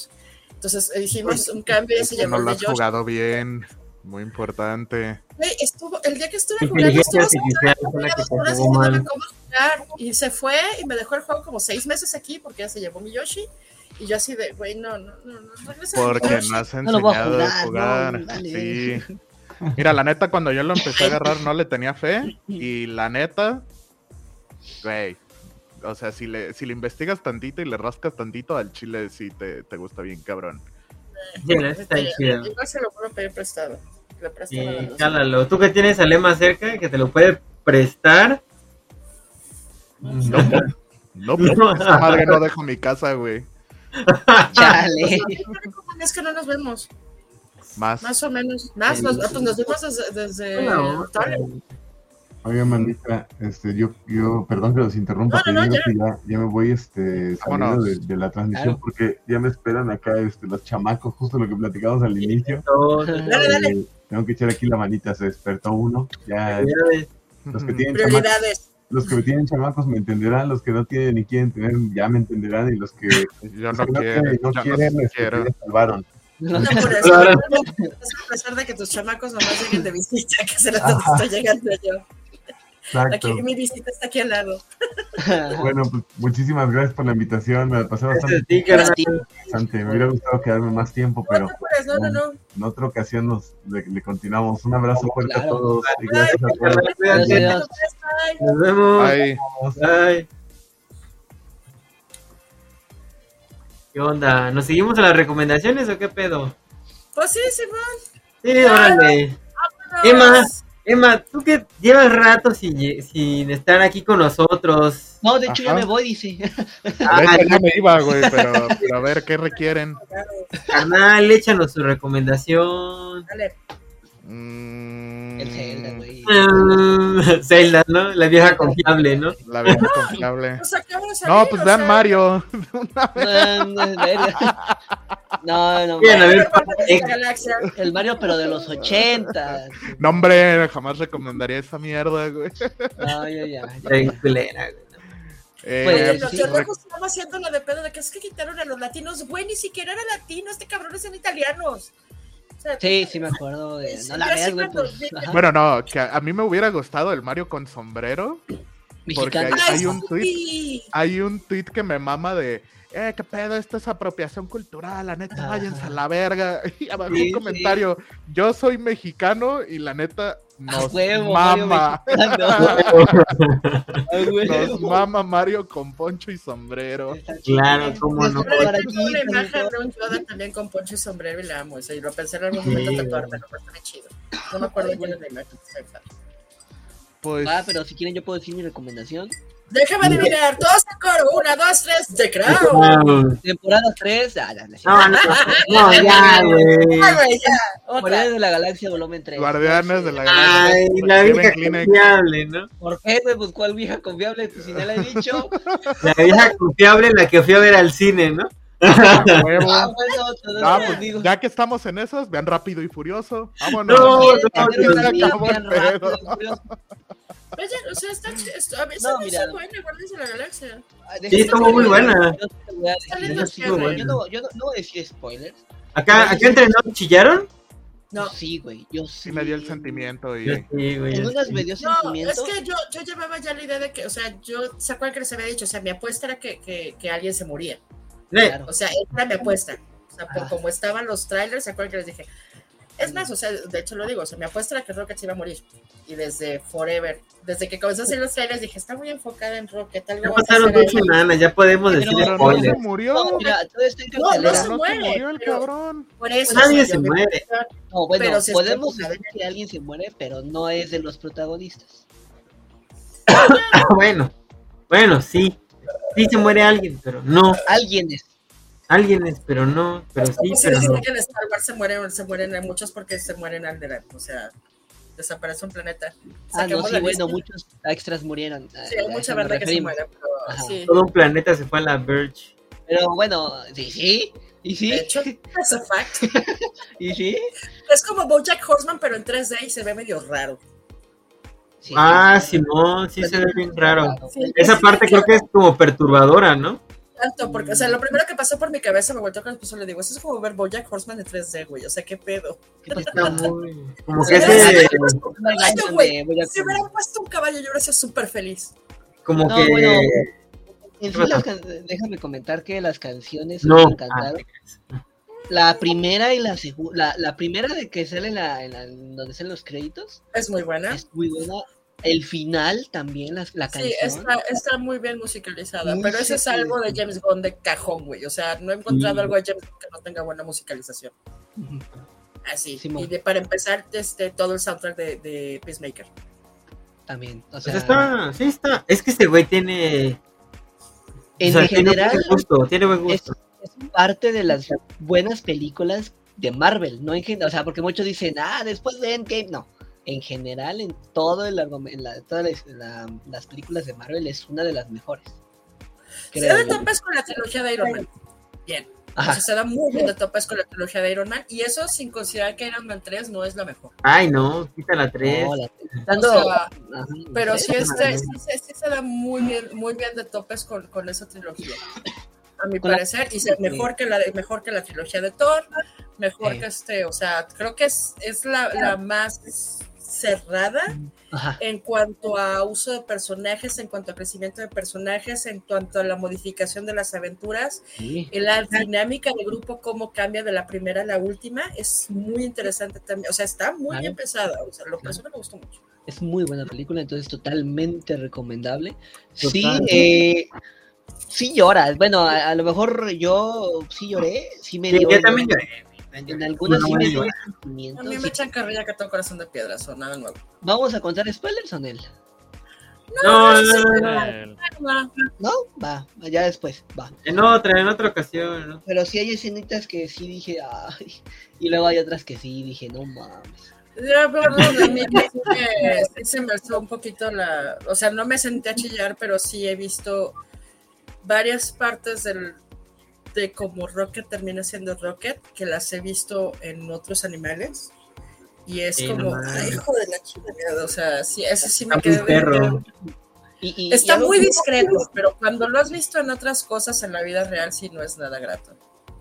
Entonces hicimos un cambio y se llamó No el lo de has Yoshi. jugado bien. Muy importante. Güey, el día que estuve jugando, Inteligencia estuvo artificial fue la que te horas y jugó no mal. sabía cómo jugar. Y se fue y me dejó el juego como 6 meses aquí porque ya se llevó mi Yoshi. Y yo así de, güey, no regresa mi Porque Yoshi. no has No lo voy a enseñado a jugar, jugar. no, dale. Sí. Mira, la neta, cuando yo lo empecé a agarrar no le tenía fe. Y la neta, güey. O sea, si le investigas tantito y le rascas tantito al chile, sí te gusta bien, cabrón. Sí, la neta está bien chido. Igual se lo puedo pedir prestado. Le presto la Sí, luz. cálalo. Tú que tienes a Lema cerca, que te lo puede prestar. No, esa madre no dejo mi casa, güey. Chale. Es que no nos vemos. Más. O menos. Pues nos vimos desde Hola, Torre. Oye, Mandita, yo, perdón que los interrumpa, No, pero digo ya. que ya me voy saliendo Vámonos. de la transmisión Claro. porque ya me esperan acá los chamacos, justo lo que platicamos al inicio. Dale. Tengo que echar aquí la manita, se despertó uno. Ya los que tienen chamacos, Prioridades. los que tienen chamacos me entenderán, los que no tienen ni quieren tener ya me entenderán y los que, Yo los no que no quiero. quieren, Yo no quieren quiero. ya salvaron. No por eso. Claro. A pesar de que tus chamacos nomás lleguen de visita, que se las estoy llegando yo. Exacto. Aquí, mi visita está aquí al lado. Bueno, pues muchísimas gracias por la invitación, me la pasé Gracias bastante a ti, carnal. interesante. Me hubiera gustado quedarme más tiempo, pero No. en otra ocasión le continuamos. Un abrazo fuerte a Claro. todos y gracias a todos. Cuídate. Gracias. Nos vemos. Ay, Bye. ¿Qué onda? ¿Nos seguimos a las recomendaciones o qué pedo? Pues sí, Simón. Sí, órale. Emma, tú que llevas rato sin estar aquí con nosotros. No, de hecho ya Ajá. me voy, dice. de hecho, ya me iba, güey, pero a ver, ¿qué requieren? Carnal, échanos su recomendación. Dale. El Zelda, güey. Zelda, ¿no? La vieja confiable, ¿no? La vieja confiable. Pues acabo de salir, No, pues o vean sea, Mario. No, Bien, a ver, Guardianes de la Galaxia. el Mario, pero de los 80. No, hombre, jamás recomendaría esa mierda, güey. No, ya. bien culera, güey. Pues, Los sí. chorrejos estamos haciendo la de pedo de que es que quitaron a los latinos. Güey, ni siquiera era latino, este cabrón son italianos. O sea, Sí, me acuerdo de. No la Yo veas, sí güey, cuando pues. vi- Ajá. Bueno, no, que a mí me hubiera gustado el Mario con sombrero. porque Mexicano. ¡Ay, hay un sí! Hay un tweet que me mama de, qué pedo, esto es apropiación cultural, la neta, Ajá. váyanse a la verga. Y abajo Sí, un comentario, yo soy mexicano y la neta nos Huevo, Mario mama. mexicano. A huevo. Nos mama Mario con poncho y sombrero. Está chido. Claro, cómo no. Pero Para yo tengo una aquí, imagen de un Yoda también con poncho y sombrero y la amo. O sea, y lo pensé en algún momento Sí. tatuármelo, pero está muy chido. No me acuerdo cuál es la imagen. soy fan. Pues, Pero si quieren yo puedo decir mi recomendación. Déjame adivinar, todos en coro. 1, 2, 3, The Crown. Temporada 3. No, ya, güey. Ay, güey, ya. Otra. Guardianes de la Galaxia volumen 3. Guardianes de la Galaxia. Ay, la Lleven vieja Kleenex. confiable, ¿no? ¿Por qué, güey? Pues cuál vieja confiable, pues si no la he dicho. La vieja confiable, la que fui a ver al cine, ¿no? Huevo. Bueno, todo Ah, eso pues, digo. ya que estamos en esos, vean Rápido y Furioso. Vámonos. No, Aquí no, se no, acabó el pedo. Oye, o sea, está a mí se No, me mira. hizo buena Guardianes de la Galaxia. Sí, estuvo muy buena. Yo te voy a decir, Está lindo, yo no voy a decir spoilers. Acá entre nos chillaron. No. Sí, güey, yo sí. Sí me dio el sentimiento Yo y... sí, güey. En yo unas sí. me dio No, es sentimiento. que yo llevaba ya la idea de que, o sea, ¿se acuerdan que les había dicho? O sea, mi apuesta era que alguien se moría. Claro. O sea, esa era mi apuesta. O sea, por Ajá. como estaban los trailers, ¿se acuerdan que les dije? Es más, o sea, de hecho lo digo, o sea, mi apuesta era que Rocket se iba a morir. Y desde Forever, desde que comenzó a hacer los trailers, dije, está muy enfocada en Rocket, algo Ya va a pasaron pasar 2 ahí. semanas, ya podemos Pero decir Pero no spoilers. se murió. No, mira, todo está en No, no cartelera. se no muere, se murió el pero- cabrón. Por eso, Nadie o sea, se yo mi muere. opinión- No, bueno, Pero se podemos está decir que alguien se muere, pero no es de los protagonistas. Bueno, sí. Sí se muere alguien, pero no. Alguien es. Alguien es, pero no. Pero sí, Como si pero decir no. que en Star Wars se mueren en muchos porque se mueren al de la, o sea, desaparece un planeta. Ah, no, Saquemos sí, la bueno, lista. muchos extras murieron. Sí, hay A mucha eso nos banda que se referimos. muere, pero Ajá. sí. Todo un planeta se fue a la Verge. Pero bueno, sí, y sí, De hecho, es a fact. y sí. Es como BoJack Horseman, pero en 3D y se ve medio raro. Sí, Ah, sí, Simón, sí se ve bien raro. Sí, Esa sí, parte sí. creo que es como perturbadora, ¿no? tanto, porque, o sea, lo primero que pasó por mi cabeza, me volteó con el esposo y le digo, eso es como ver BoJack Horseman de 3D, güey, o sea, ¿qué pedo? Está muy... Como Si que hubieran ese... puesto un caballo, güey, si hubieran puesto un caballo, yo hubiera sido súper feliz. Como No, que... bueno, en sí, ¿Qué pasó? déjame comentar que las canciones No. me encantaron. La primera y la segunda, la primera de que sale donde salen los créditos, Es muy buena. es muy buena. El final también, la Sí, canción. está muy bien musicalizada, Muy pero eso es algo de James Bond de cajón, güey. O sea, no he encontrado Sí. algo de James Bond que no tenga buena musicalización. Ujú. Así. Simón. Y para empezar, todo el soundtrack de Peacemaker. También, o Pues sea, está... Sí, está... Es que este güey tiene... en o sea, tiene general buen gusto, tiene buen es, gusto. es parte de las buenas películas de Marvel, no en general, o sea, porque muchos dicen, después de Endgame, no. En general, en todo el todas las películas de Marvel es una de las mejores. Se creo da de yo. topes con la trilogía de Iron Man. Bien. O Ajá. sea, se da muy bien de topes con la trilogía de Iron Man. Y eso sin considerar que Iron Man 3 no es la mejor. Ay, no, quita la 3. No, O sea, ajá, pero ¿sí? sí se da muy bien de topes con esa trilogía. A mi Con la- parecer, y mejor que la trilogía de Thor, mejor que o sea, creo que es la más cerrada Ajá. en cuanto a uso de personajes, en cuanto a crecimiento de personajes, en cuanto a la modificación de las aventuras, Sí. y la dinámica de grupo, cómo cambia de la primera a la última, es muy interesante también, o sea, está muy Claro. bien pensada, o sea, lo Claro. personal me gustó mucho. Es muy buena película, entonces totalmente recomendable. Sí, Total. sí lloras. Bueno, a lo mejor yo sí lloré, sí me Sí, dio yo también lloré. en algunas No, sí me no, dio no. sentimientos. A mí me Sí. echan carrilla que tengo corazón de piedra, o nada nuevo. Vamos a contar spoilers o no? No, no. ¿No? Va, ya después, va. En otra ocasión, ¿no? Pero sí hay escenitas que sí dije, ay, y luego hay otras que sí dije, no mames. Ya, perdón, a mí sí se me alzó un poquito o sea, no me senté a chillar, pero sí he visto varias partes de cómo Rocket termina siendo Rocket, que las he visto en otros animales, y es Sí, como, no mames. ay, hijo de la chingada, o sea, sí, eso sí me Está quedé muy perro. Y Está algo muy que- discreto, pero cuando lo has visto en otras cosas en la vida real, sí no es nada grato.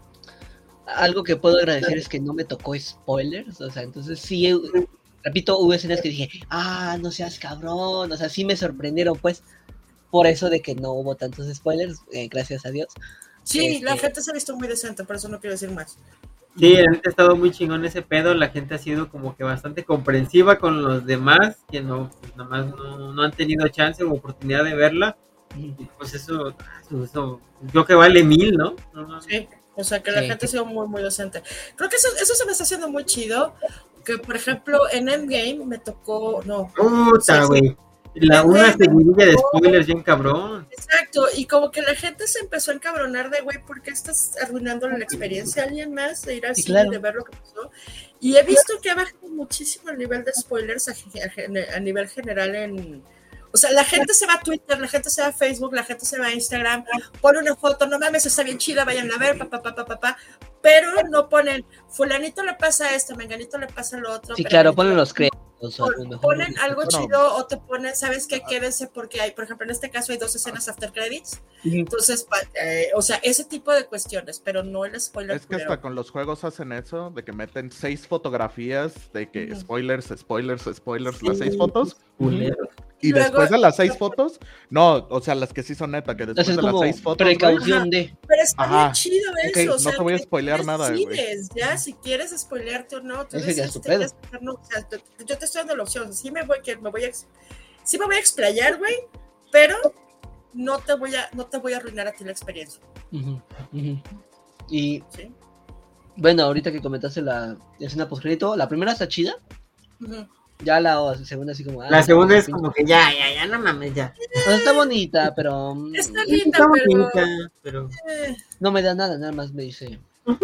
Algo que puedo agradecer es que no me tocó spoilers, o sea, entonces sí, repito, hubo escenas que dije, no seas cabrón, o sea, sí me sorprendieron, pues, por eso de que no hubo tantos spoilers, gracias a Dios. Sí, la gente se ha visto muy decente, por eso no quiero decir más. Sí, la gente ha estado muy chingón ese pedo. La gente ha sido como que bastante comprensiva con los demás, que no, pues nada más no han tenido chance o oportunidad de verla. Y pues eso creo que vale 1000, ¿no? Sí, o sea que la Sí. gente ha sido muy, muy docente. Creo que eso se me está haciendo muy chido. Que por ejemplo en Endgame me tocó, no, Puta, Sí, güey. Una seguidilla de spoilers bien cabrón. exacto, y como que la gente se empezó a encabronar de, güey, ¿por qué estás arruinando la experiencia a alguien más de ir al Sí, cine claro. y de ver lo que pasó? Y he visto que ha bajado muchísimo el nivel de spoilers a nivel general o sea, la gente se va a Twitter, la gente se va a Facebook, la gente se va a Instagram, pone una foto, no mames, está bien chida, vayan a ver, pero no ponen, fulanito le pasa esto, menganito le pasa lo otro. Sí, pero claro, menganito ponen le los créditos. O a lo mejor ponen algo Bueno. chido o te ponen, ¿sabes qué? Quédense porque hay, por ejemplo, en este caso hay 2 escenas after credits. Entonces, o sea, ese tipo de cuestiones, pero no el spoiler. Es que hasta con los juegos hacen eso, de que meten 6 fotografías, de que spoilers, las 6 fotos. Culero. Y Luego- después de las 6 fotos, no, o sea, las que sí son neta, que después Entonces de las como 6 fotos, güey, precaución de... Pero está Ajá. bien chido Ok, eso. no O sea, te voy a que spoilear tú nada, güey. decides, ya, si quieres spoilearte o no. Tú Ese ya decides es tu si te pedo. quieres spoilear, no. O sea, yo te estoy dando la opción. Sí me voy a explayar, güey, pero no te voy a arruinar a ti la experiencia. Y ¿Sí? bueno, ahorita que comentaste la escena postcrédito, la primera está chida, Ujú. ya la segunda así como... La segunda es como que ya, no mames, ya. Pues está bonita, pero Está linda, Está pero... bonita, pero... no me da nada más me dice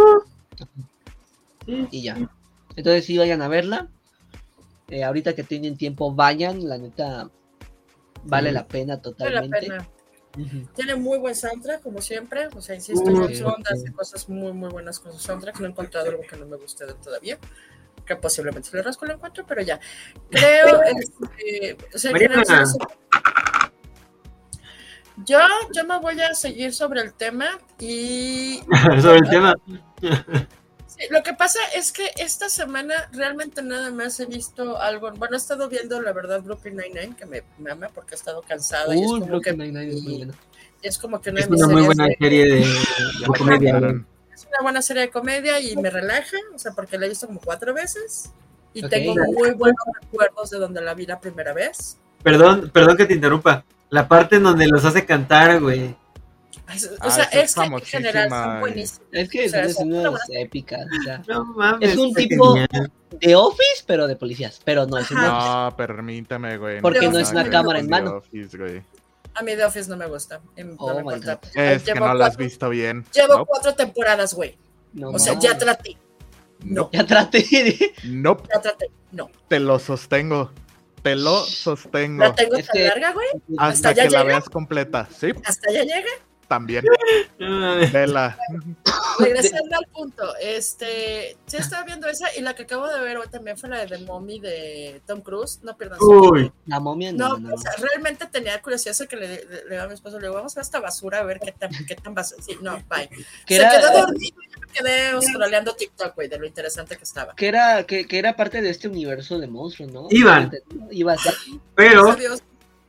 Sí. y ya. Entonces sí, vayan a verla. Ahorita que tienen tiempo, vayan, la neta vale Sí. la pena Vale la totalmente. pena. Ujú. Tiene muy buen soundtrack, como siempre. O sea, insisto, James Bond hace cosas muy, muy buenas con su soundtrack. No he encontrado algo que no me guste de él todavía. Que posiblemente si le rasco lo encuentro, pero ya. Creo, o sea, Mariana. Yo me voy a seguir sobre el tema y Sobre el tema. sí, lo que pasa es que esta semana realmente nada más he visto algo. Bueno, he estado viendo, la verdad, Brooklyn Nine-Nine, que me ama porque he estado cansada y es como Brooklyn que Nine-Nine es muy bueno. es como que una Es de mis una muy series buena serie de comedia. Claro. es una buena serie de comedia y me relaja, o sea, porque la he visto como 4 veces y Ok. tengo muy buenos recuerdos de donde la vi la primera vez. Perdón que te interrumpa. La parte en donde los hace cantar, güey. O sea, esa es es que en general famosísima, son buenísimos. Es que O sea, son son escenas buenas. épicas. O sea, No mames. es un está tipo genial. de Office, pero de policías. Pero no es un Ajá. Office. No, permíteme, güey. Porque no tiene es nada una que ver cámara con en The mano. Office, güey. A mí The Office no me gusta. No Oh me my importa. God. Es que Llevo no la has 4 visto bien. Llevo Nope. 4 temporadas, güey. No O sea, mames. ya traté. Nope. Ya traté. Nope. Ya traté. No. Te lo sostengo. Te lo sostengo. La tengo Es tan que- larga, güey. Hasta ¿Hasta ya que la llega? veas completa. Sí, Hasta ya llega. también. No mames. Vela. Regresando al punto, sí estaba viendo esa y la que acabo de ver hoy también fue la de The Mommy de Tom Cruise. No pierdan su Uy. tiempo. La momia No, no. o sea, realmente tenía curiosidad eso que le digo a mi esposo, le digo, vamos a ver esta basura a ver qué tan basura. Sí, no, bye. Que Se era- quedó dormido y yo me quedé scrolleando TikTok, güey, de lo interesante que estaba. Que era parte de este universo de monstruos, ¿no? Iban. Iba a ser. Pero Dios,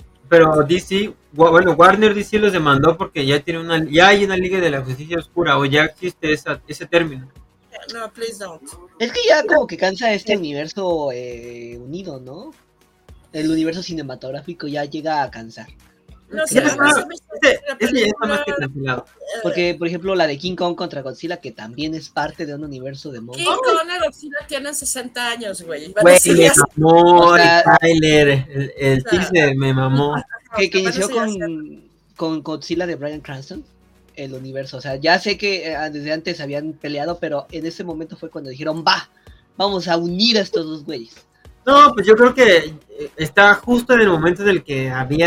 DC, bueno, Warner DC los demandó porque ya hay una Liga de la Justicia Oscura, o ya existe ese término. no, please don't. Es que ya como que cansa este universo unido, ¿no? El universo cinematográfico ya llega a cansar. No sé, Ya Ya está, no se me hizo la ese ya está más que película, cancelado. Porque, por ejemplo, la de King Kong contra Godzilla, que también es parte de un universo de King monstruos. Kong y Godzilla tienen 60 años, güey. Van a Güey, decir, me ya sé, mamó O sea- el Tyler, el O sea- teaser me mamó. Que van a inició decir, ya sé. con Godzilla de Bryan Cranston, el universo. O sea, ya sé que desde antes habían peleado, pero en ese momento fue cuando dijeron, vamos a unir a estos dos güeyes. No, pues yo creo que está justo en el momento en el que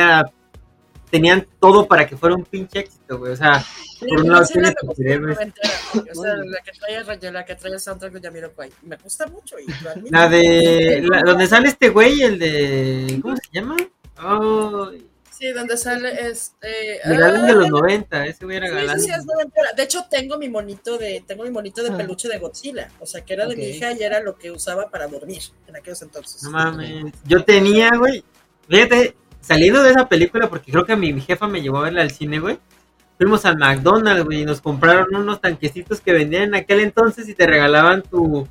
tenían todo para que fuera un pinche éxito, güey. O sea, por un lado Godzilla tienes me gusta superhéroes. noventera, güey. O sea, la que trae el soundtrack de Jamiroquai. Me gusta mucho. Y lo admito. Donde sale este güey, el de, ¿cómo se llama? Oh, Sí, donde sale el galán de los 90, ese güey era galán. Sí, es noventera. De hecho, tengo mi monito de peluche de Godzilla. O sea, que era de mi Ok. hija y era lo que usaba para dormir en aquellos entonces. No mames. Yo tenía, güey, fíjate, saliendo de esa película, porque creo que mi jefa me llevó a verla al cine, güey. Fuimos al McDonald's, güey, y nos compraron unos tanquecitos que vendían en aquel entonces y te regalaban tu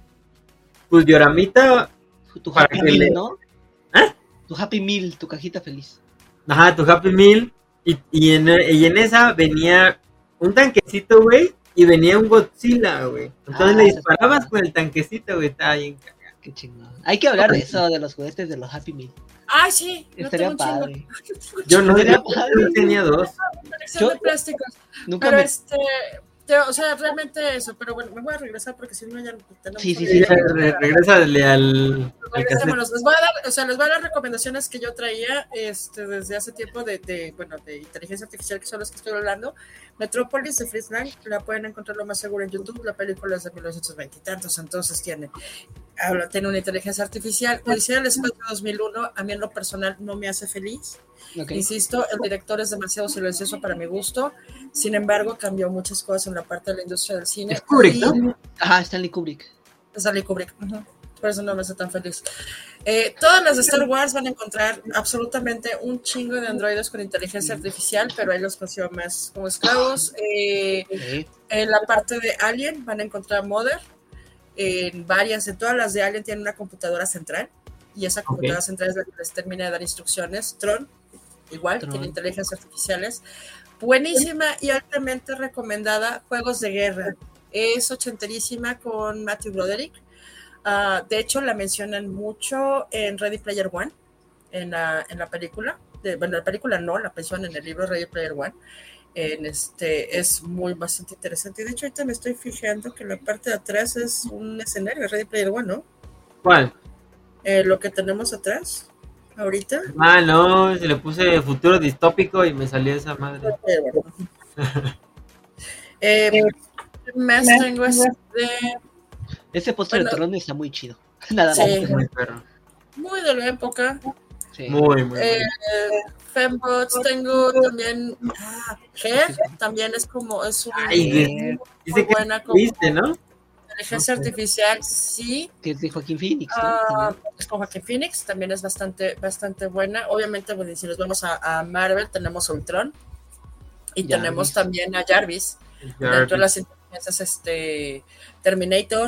dioramita. Tu Para Happy que Meal, le- ¿no? ¿Eh? Tu Happy Meal, tu cajita feliz. Ajá, tu Happy Meal. Y en esa venía un tanquecito, güey, y venía un Godzilla, güey. Entonces le esa disparabas está- con el tanquecito, güey, estaba bien cagado. Qué chingón. Hay que hablar de eso, de los juguetes de los Happy Meal. Ay, sí. Yo Estaría tengo un chingo. padre. Yo no, Sería yo padre. tenía 2. Colección de Yo- plásticos. Nunca Pero me... o sea, realmente eso. Pero bueno, me voy a regresar porque si no ya tenemos. Sí, sí, Sí, sí. regrésale al cassette. Regresémonos. Les voy a dar las recomendaciones que yo traía desde hace tiempo de inteligencia artificial, que son las que estoy hablando. Metrópolis de Fritz Lang, la pueden encontrar lo más seguro en YouTube. La película es de 1920 y tantos, entonces tiene una inteligencia artificial. Odisea del Espacio 2001, a mí en lo personal no me hace feliz. Ok. Insisto, el director es demasiado silencioso para mi gusto. Sin embargo, cambió muchas cosas en la parte de la industria del cine. Es Kubrick, Y- ¿no? Ajá, Stanley Kubrick. Stanley Kubrick. Ujú. Por eso no me hace tan feliz. Todas las de Star Wars van a encontrar absolutamente un chingo de androides con inteligencia artificial, pero ahí los considero más como esclavos. Ok. En la parte de Alien van a encontrar Mother. En todas las de Alien tienen una computadora central, y esa computadora central es la que les termina de dar instrucciones. Tron, igual, Tron. tiene inteligencias artificiales. Buenísima y altamente recomendada, Juegos de Guerra. Es ochenterísima con Matthew Broderick. De hecho, la mencionan mucho en Ready Player One, en la película. Bueno, la película no, la mencionan en el libro Ready Player One. Es bastante interesante. Y de hecho, ahorita me estoy fijando que la parte de atrás es un escenario de Ready Player One, ¿no? ¿Cuál? Lo que tenemos atrás, ahorita. Ah, no, se le puse futuro distópico y me salió esa madre. Más tengo Ese póster Bueno. de Tron está muy chido. Nada Sí. más. Muy perro. muy de la época. Sí. Muy, muy Eh, bueno. Fembots, tengo también. Her también es Ay, Her. dice muy que buena como viste, ¿no? inteligencia artificial, sí. Que es de Joaquín Phoenix, ¿no? También. Es con Joaquin Phoenix, también es bastante buena. Obviamente, bueno, si nos vamos a Marvel, tenemos a Ultron y Jarvis. tenemos también a Jarvis. Dentro de las inteligencias, Terminator.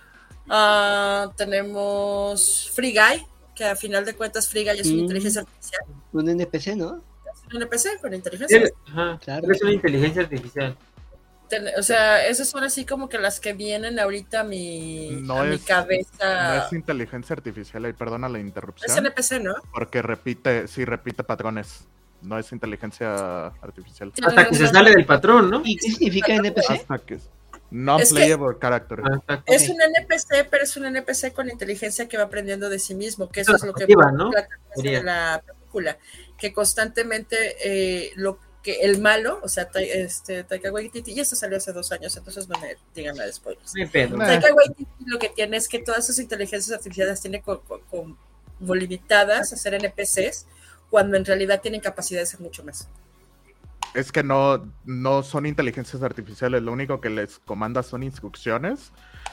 Tenemos Free Guy, que a final de cuentas Free Guy es una inteligencia artificial. Un NPC, ¿no? Es un NPC con inteligencia. Ajá, Claro. es una inteligencia artificial. O sea, esas son así como que las que vienen ahorita a mi No mi es- cabeza. No es inteligencia artificial, y perdona la Es interrupción, NPC, ¿no? porque sí repite patrones. No es inteligencia artificial. Hasta que se sale del patrón, ¿no? ¿Y qué significa NPC? Hasta que non-playable character. Hasta que- Es un NPC, pero es un NPC con inteligencia que va aprendiendo de sí mismo, que eso es lo que Activa, ¿no? trata Sería. de la película, que constantemente lo que el malo, o sea, Taika Waititi, y esto salió hace 2 años, entonces no me digan nada de spoilers. No hay pedo. Nah. Taika Waititi lo que tiene es que todas sus inteligencias artificiales tiene como limitadas a ser NPCs, cuando en realidad tienen capacidad de ser mucho más. Es que no son inteligencias artificiales, lo único que les comanda son instrucciones.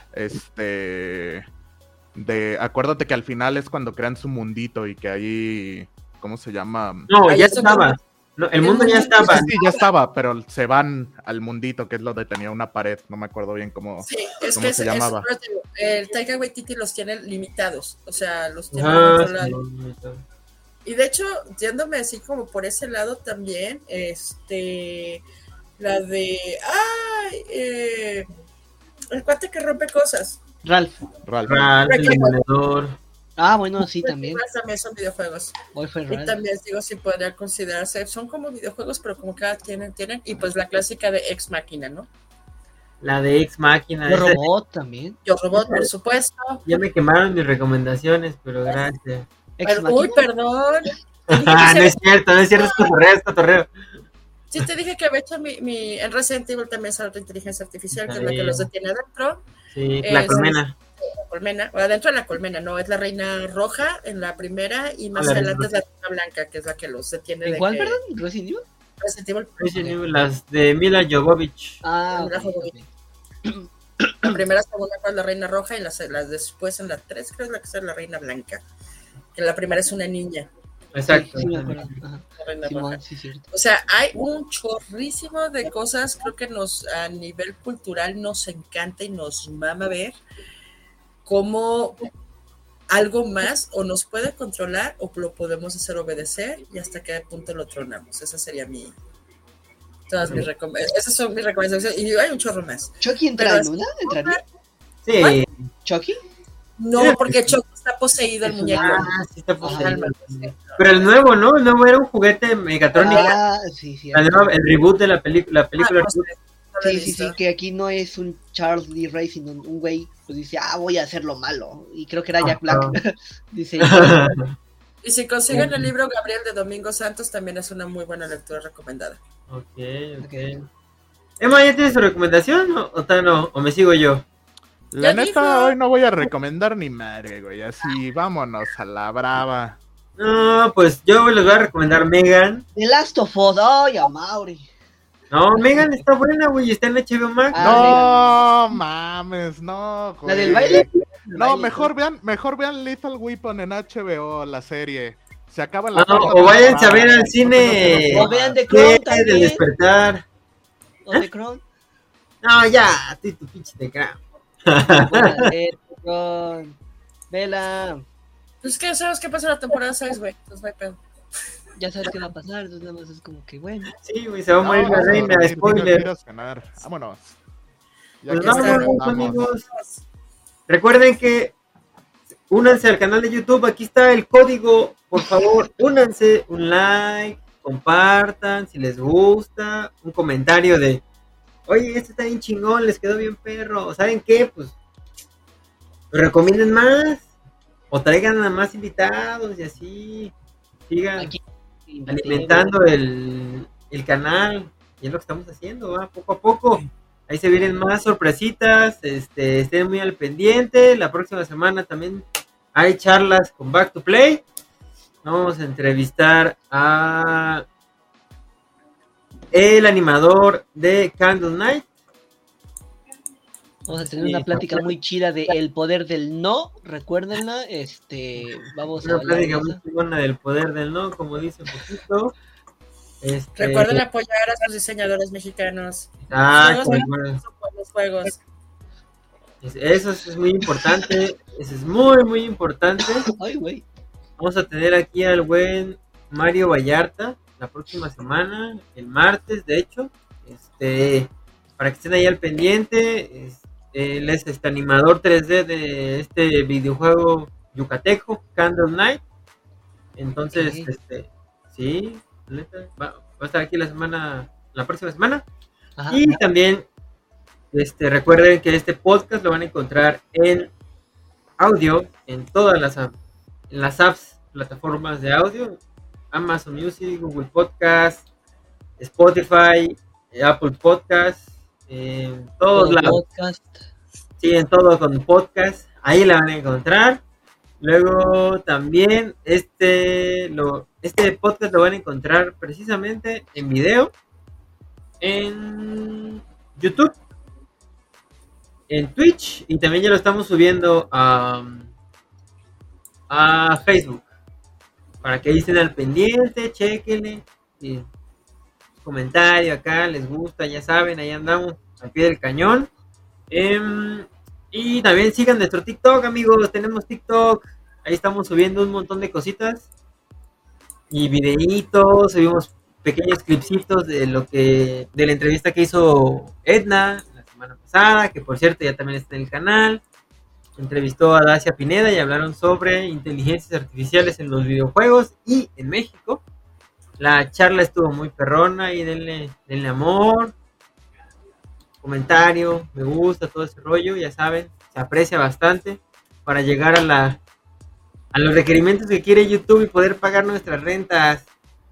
Acuérdate que al final es cuando crean su mundito y que ahí, ¿cómo se llama? No, Ahí ya es donde- estaba. No, el mundo ya estaba. Sí, ya estaba, pero se van al mundito, que es lo de tenía una pared, no me acuerdo bien cómo. Sí, es ¿Cómo que se llamaba? el Taika Waititi los tiene limitados, o sea, los tiene Ah, controlados. sí. Y de hecho, yéndome así como por ese lado también, la de, el cuate que rompe cosas. Ralph. Ralph. Ralph, el demoledor. Ah, bueno, sí, también. También son videojuegos. Hoy fue Y Ralph. también digo si podría considerarse, son como videojuegos, pero como cada tienen, y pues la clásica de Ex Machina, ¿no? La de Ex Máquina. Yo esa- Robot también. Yo Robot, por supuesto. Ya me quemaron mis recomendaciones, pero gracias. Ex Uy, Machina. perdón. Ah, no es cierto, es cotorreo. Sí, te dije que había hecho en Resident Evil también sale otra inteligencia artificial, que es la que Sí. los detiene adentro. Sí, la Es- colmena. La colmena, o adentro de la colmena, no, es la reina roja en la primera y más La adelante reina es la reina blanca, que es la que los detiene. ¿En de cuál, que perdón? ¿Resident Evil? Resident Evil, Resident Evil, las de Mila Jovovich. Ah, Mira, ok, joven. ok. la primera, segunda fue la reina roja y las después en la 3 creo es la que es la reina blanca. Que la primera es una niña, Exacto. Sí, me acuerdo. Ajá. la reina roja. Simón, sí, cierto. O sea, hay un chorrísimo de cosas, creo que a nivel cultural nos encanta y nos mama ver cómo algo más o nos puede controlar o lo podemos hacer obedecer y hasta qué punto lo tronamos. Esa sería esas son mis recomendaciones y hay un chorro más. ¿Chucky entra Pero en una? ¿Entraría? Sí. ¿Chucky? No, porque Chucky está poseído el Es muñeco. Ah, sí está Ajá. posible. Pero el nuevo, ¿no? El nuevo era un juguete Megatrónico. Ah, sí, sí. El reboot de la película. No sé, no lo he Sí, sí, visto. sí, que aquí no es un Charles Lee Ray, sino un güey, pues dice, voy a hacerlo malo. Y creo que era Jack Black. Dice, Y si consiguen el libro Gabriel de Domingo Santos, también es una muy buena lectura recomendada. Ok. Ok. Emma, ¿ya tienes tu recomendación o no? ¿O me sigo yo? La Ya neta, dijo. hoy no voy a recomendar ni madre, güey. Así, vámonos a la brava. No, pues yo les voy a recomendar Megan. The Last of Us, ¡ay, a Mauri! No, Megan está buena, güey, está en HBO Max. Ah, No mames, no, güey. ¿La del baile? No, Baile, mejor vean Lethal Weapon en HBO, la serie. Se acaba la No, cuarta o váyanse a ver temporada. al cine. O vean The ¿Qué? Crown Del también. despertar. ¿O The Crown? No, ya, tú y tu pinche de Crown. Buena, The Crown. Vela. Pues que sabes qué pasa en la temporada 6, güey. Entonces no hay pedo. Ya sabes qué va a pasar, entonces nada más es como que bueno. Sí, güey, se va a morir la Vamos a reina, dormir, spoiler. quiero cenar. Vámonos. Ya Pues que vámonos, vamos. amigos. Recuerden que únanse al canal de YouTube, aquí está el código, por favor, únanse, un like, compartan, si les gusta, un comentario de, oye, este está bien chingón, les quedó bien perro, o ¿saben qué? Pues, recomienden más, o traigan a más invitados y así, sigan Aquí, alimentando el canal, y es lo que estamos haciendo, ¿va? Poco a poco. Ahí se vienen más sorpresitas, estén muy al pendiente. La próxima semana también hay charlas con Back to Play. Vamos a entrevistar a el animador de Candle Night. Vamos a tener una plática muy chida de El Poder del No, recuérdenla, vamos a Una hablar de plática muy eso. chingona del poder del no, como dice poquito. Recuerden apoyar a sus diseñadores mexicanos. Exacto, Los juegos. eso es muy importante. Eso es muy, muy importante. Ay, güey. Vamos a tener aquí al buen Mario Vallarta la próxima semana, el martes, de hecho. Para que estén ahí al pendiente. Él es animador 3D de este videojuego yucateco, Candle Night. Entonces, Ok. sí, neta, va a estar aquí la próxima semana. Ajá. Y también, recuerden que este podcast lo van a encontrar en audio en todas las apps, plataformas de audio, Amazon Music, Google Podcast, Spotify, Apple Podcast, en todos Todo lados. podcast. Sí, en todo con podcast, ahí la van a encontrar. Luego también este podcast lo van a encontrar precisamente en video en YouTube, en Twitch, y también ya lo estamos subiendo a Facebook para que ahí estén al pendiente, chequenle y comentario acá, les gusta, ya saben, ahí andamos al pie del cañón. Y también sigan nuestro TikTok, amigos, tenemos TikTok, ahí estamos subiendo un montón de cositas y videitos, subimos pequeños clipsitos de la entrevista que hizo Edna la semana pasada, que por cierto ya también está en el canal. Entrevistó a Dacia Pineda y hablaron sobre inteligencias artificiales en los videojuegos y en México. La charla estuvo muy perrona y denle amor, comentario, me gusta, todo ese rollo, ya saben, se aprecia bastante para llegar a los requerimientos que quiere YouTube y poder pagar nuestras rentas.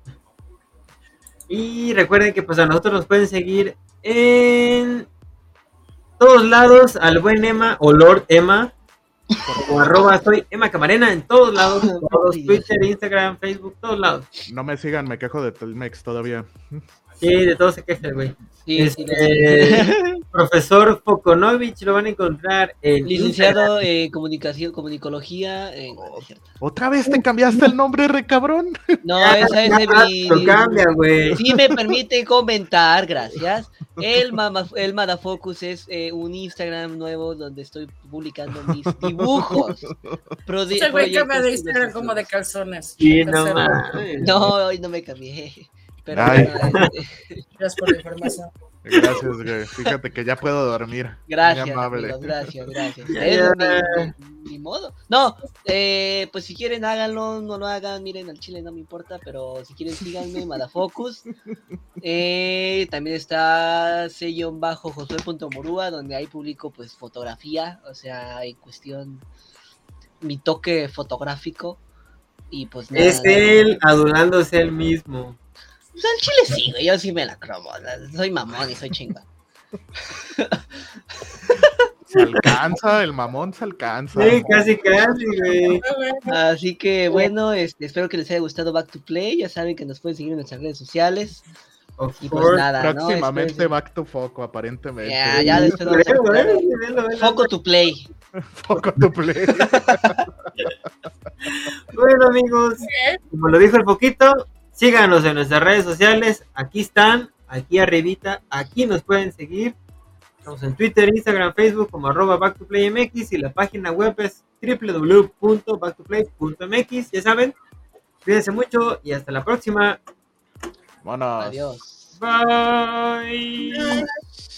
Y recuerden que pues a nosotros nos pueden seguir en todos lados, al buen Emma o Lord Emma, o @ soy Emma Camarena en todos lados, todos, Twitter, Instagram, Facebook, todos lados. No me sigan, me quejo de Telmex todavía. Sí, de todo se queja el güey. Sí, Profesor Fokonovich lo van a encontrar en licenciado en comunicología. No es cierto. ¿Otra vez te cambiaste el nombre, recabrón? No, esa es de mi. Lo cambia, güey. Si me permite comentar, gracias. El Madafocus es un Instagram nuevo donde estoy publicando mis dibujos. Se güey cambia de Instagram como de calzones. Sí, no mames. No, hoy no me cambié. Pero Ay. Gracias por la información. Gracias, güey. Fíjate que ya puedo dormir. Gracias, Muy amable. amigos, gracias. Es mi modo. No, pues si quieren háganlo, no lo hagan, miren, al chile no me importa, pero si quieren síganme, Madafocus. También está _Josué.morúa, donde ahí publico pues fotografía, o sea, en cuestión mi toque fotográfico. Y pues nada. Es él adulándose él mismo. Pues al chile sí, güey, yo sí me la cromo, soy mamón y soy chingón. Se alcanza, el mamón se alcanza. Sí, casi, güey. Así que bueno, espero que les haya gustado Back to Play. Ya saben que nos pueden seguir en nuestras redes sociales. Y pues nada, próximamente ¿no? Back to Foco, aparentemente. Ya después vamos a Velo. Foco to Play. Foco to Play. Bueno, amigos, como lo dijo el Foquito, síganos en nuestras redes sociales. Aquí están, aquí arribita, aquí nos pueden seguir. Estamos en Twitter, Instagram, Facebook como @BackToPlayMX y la página web es www.backtoplay.mx. Ya saben, cuídense mucho y hasta la próxima. Vámonos. Adiós. Bye.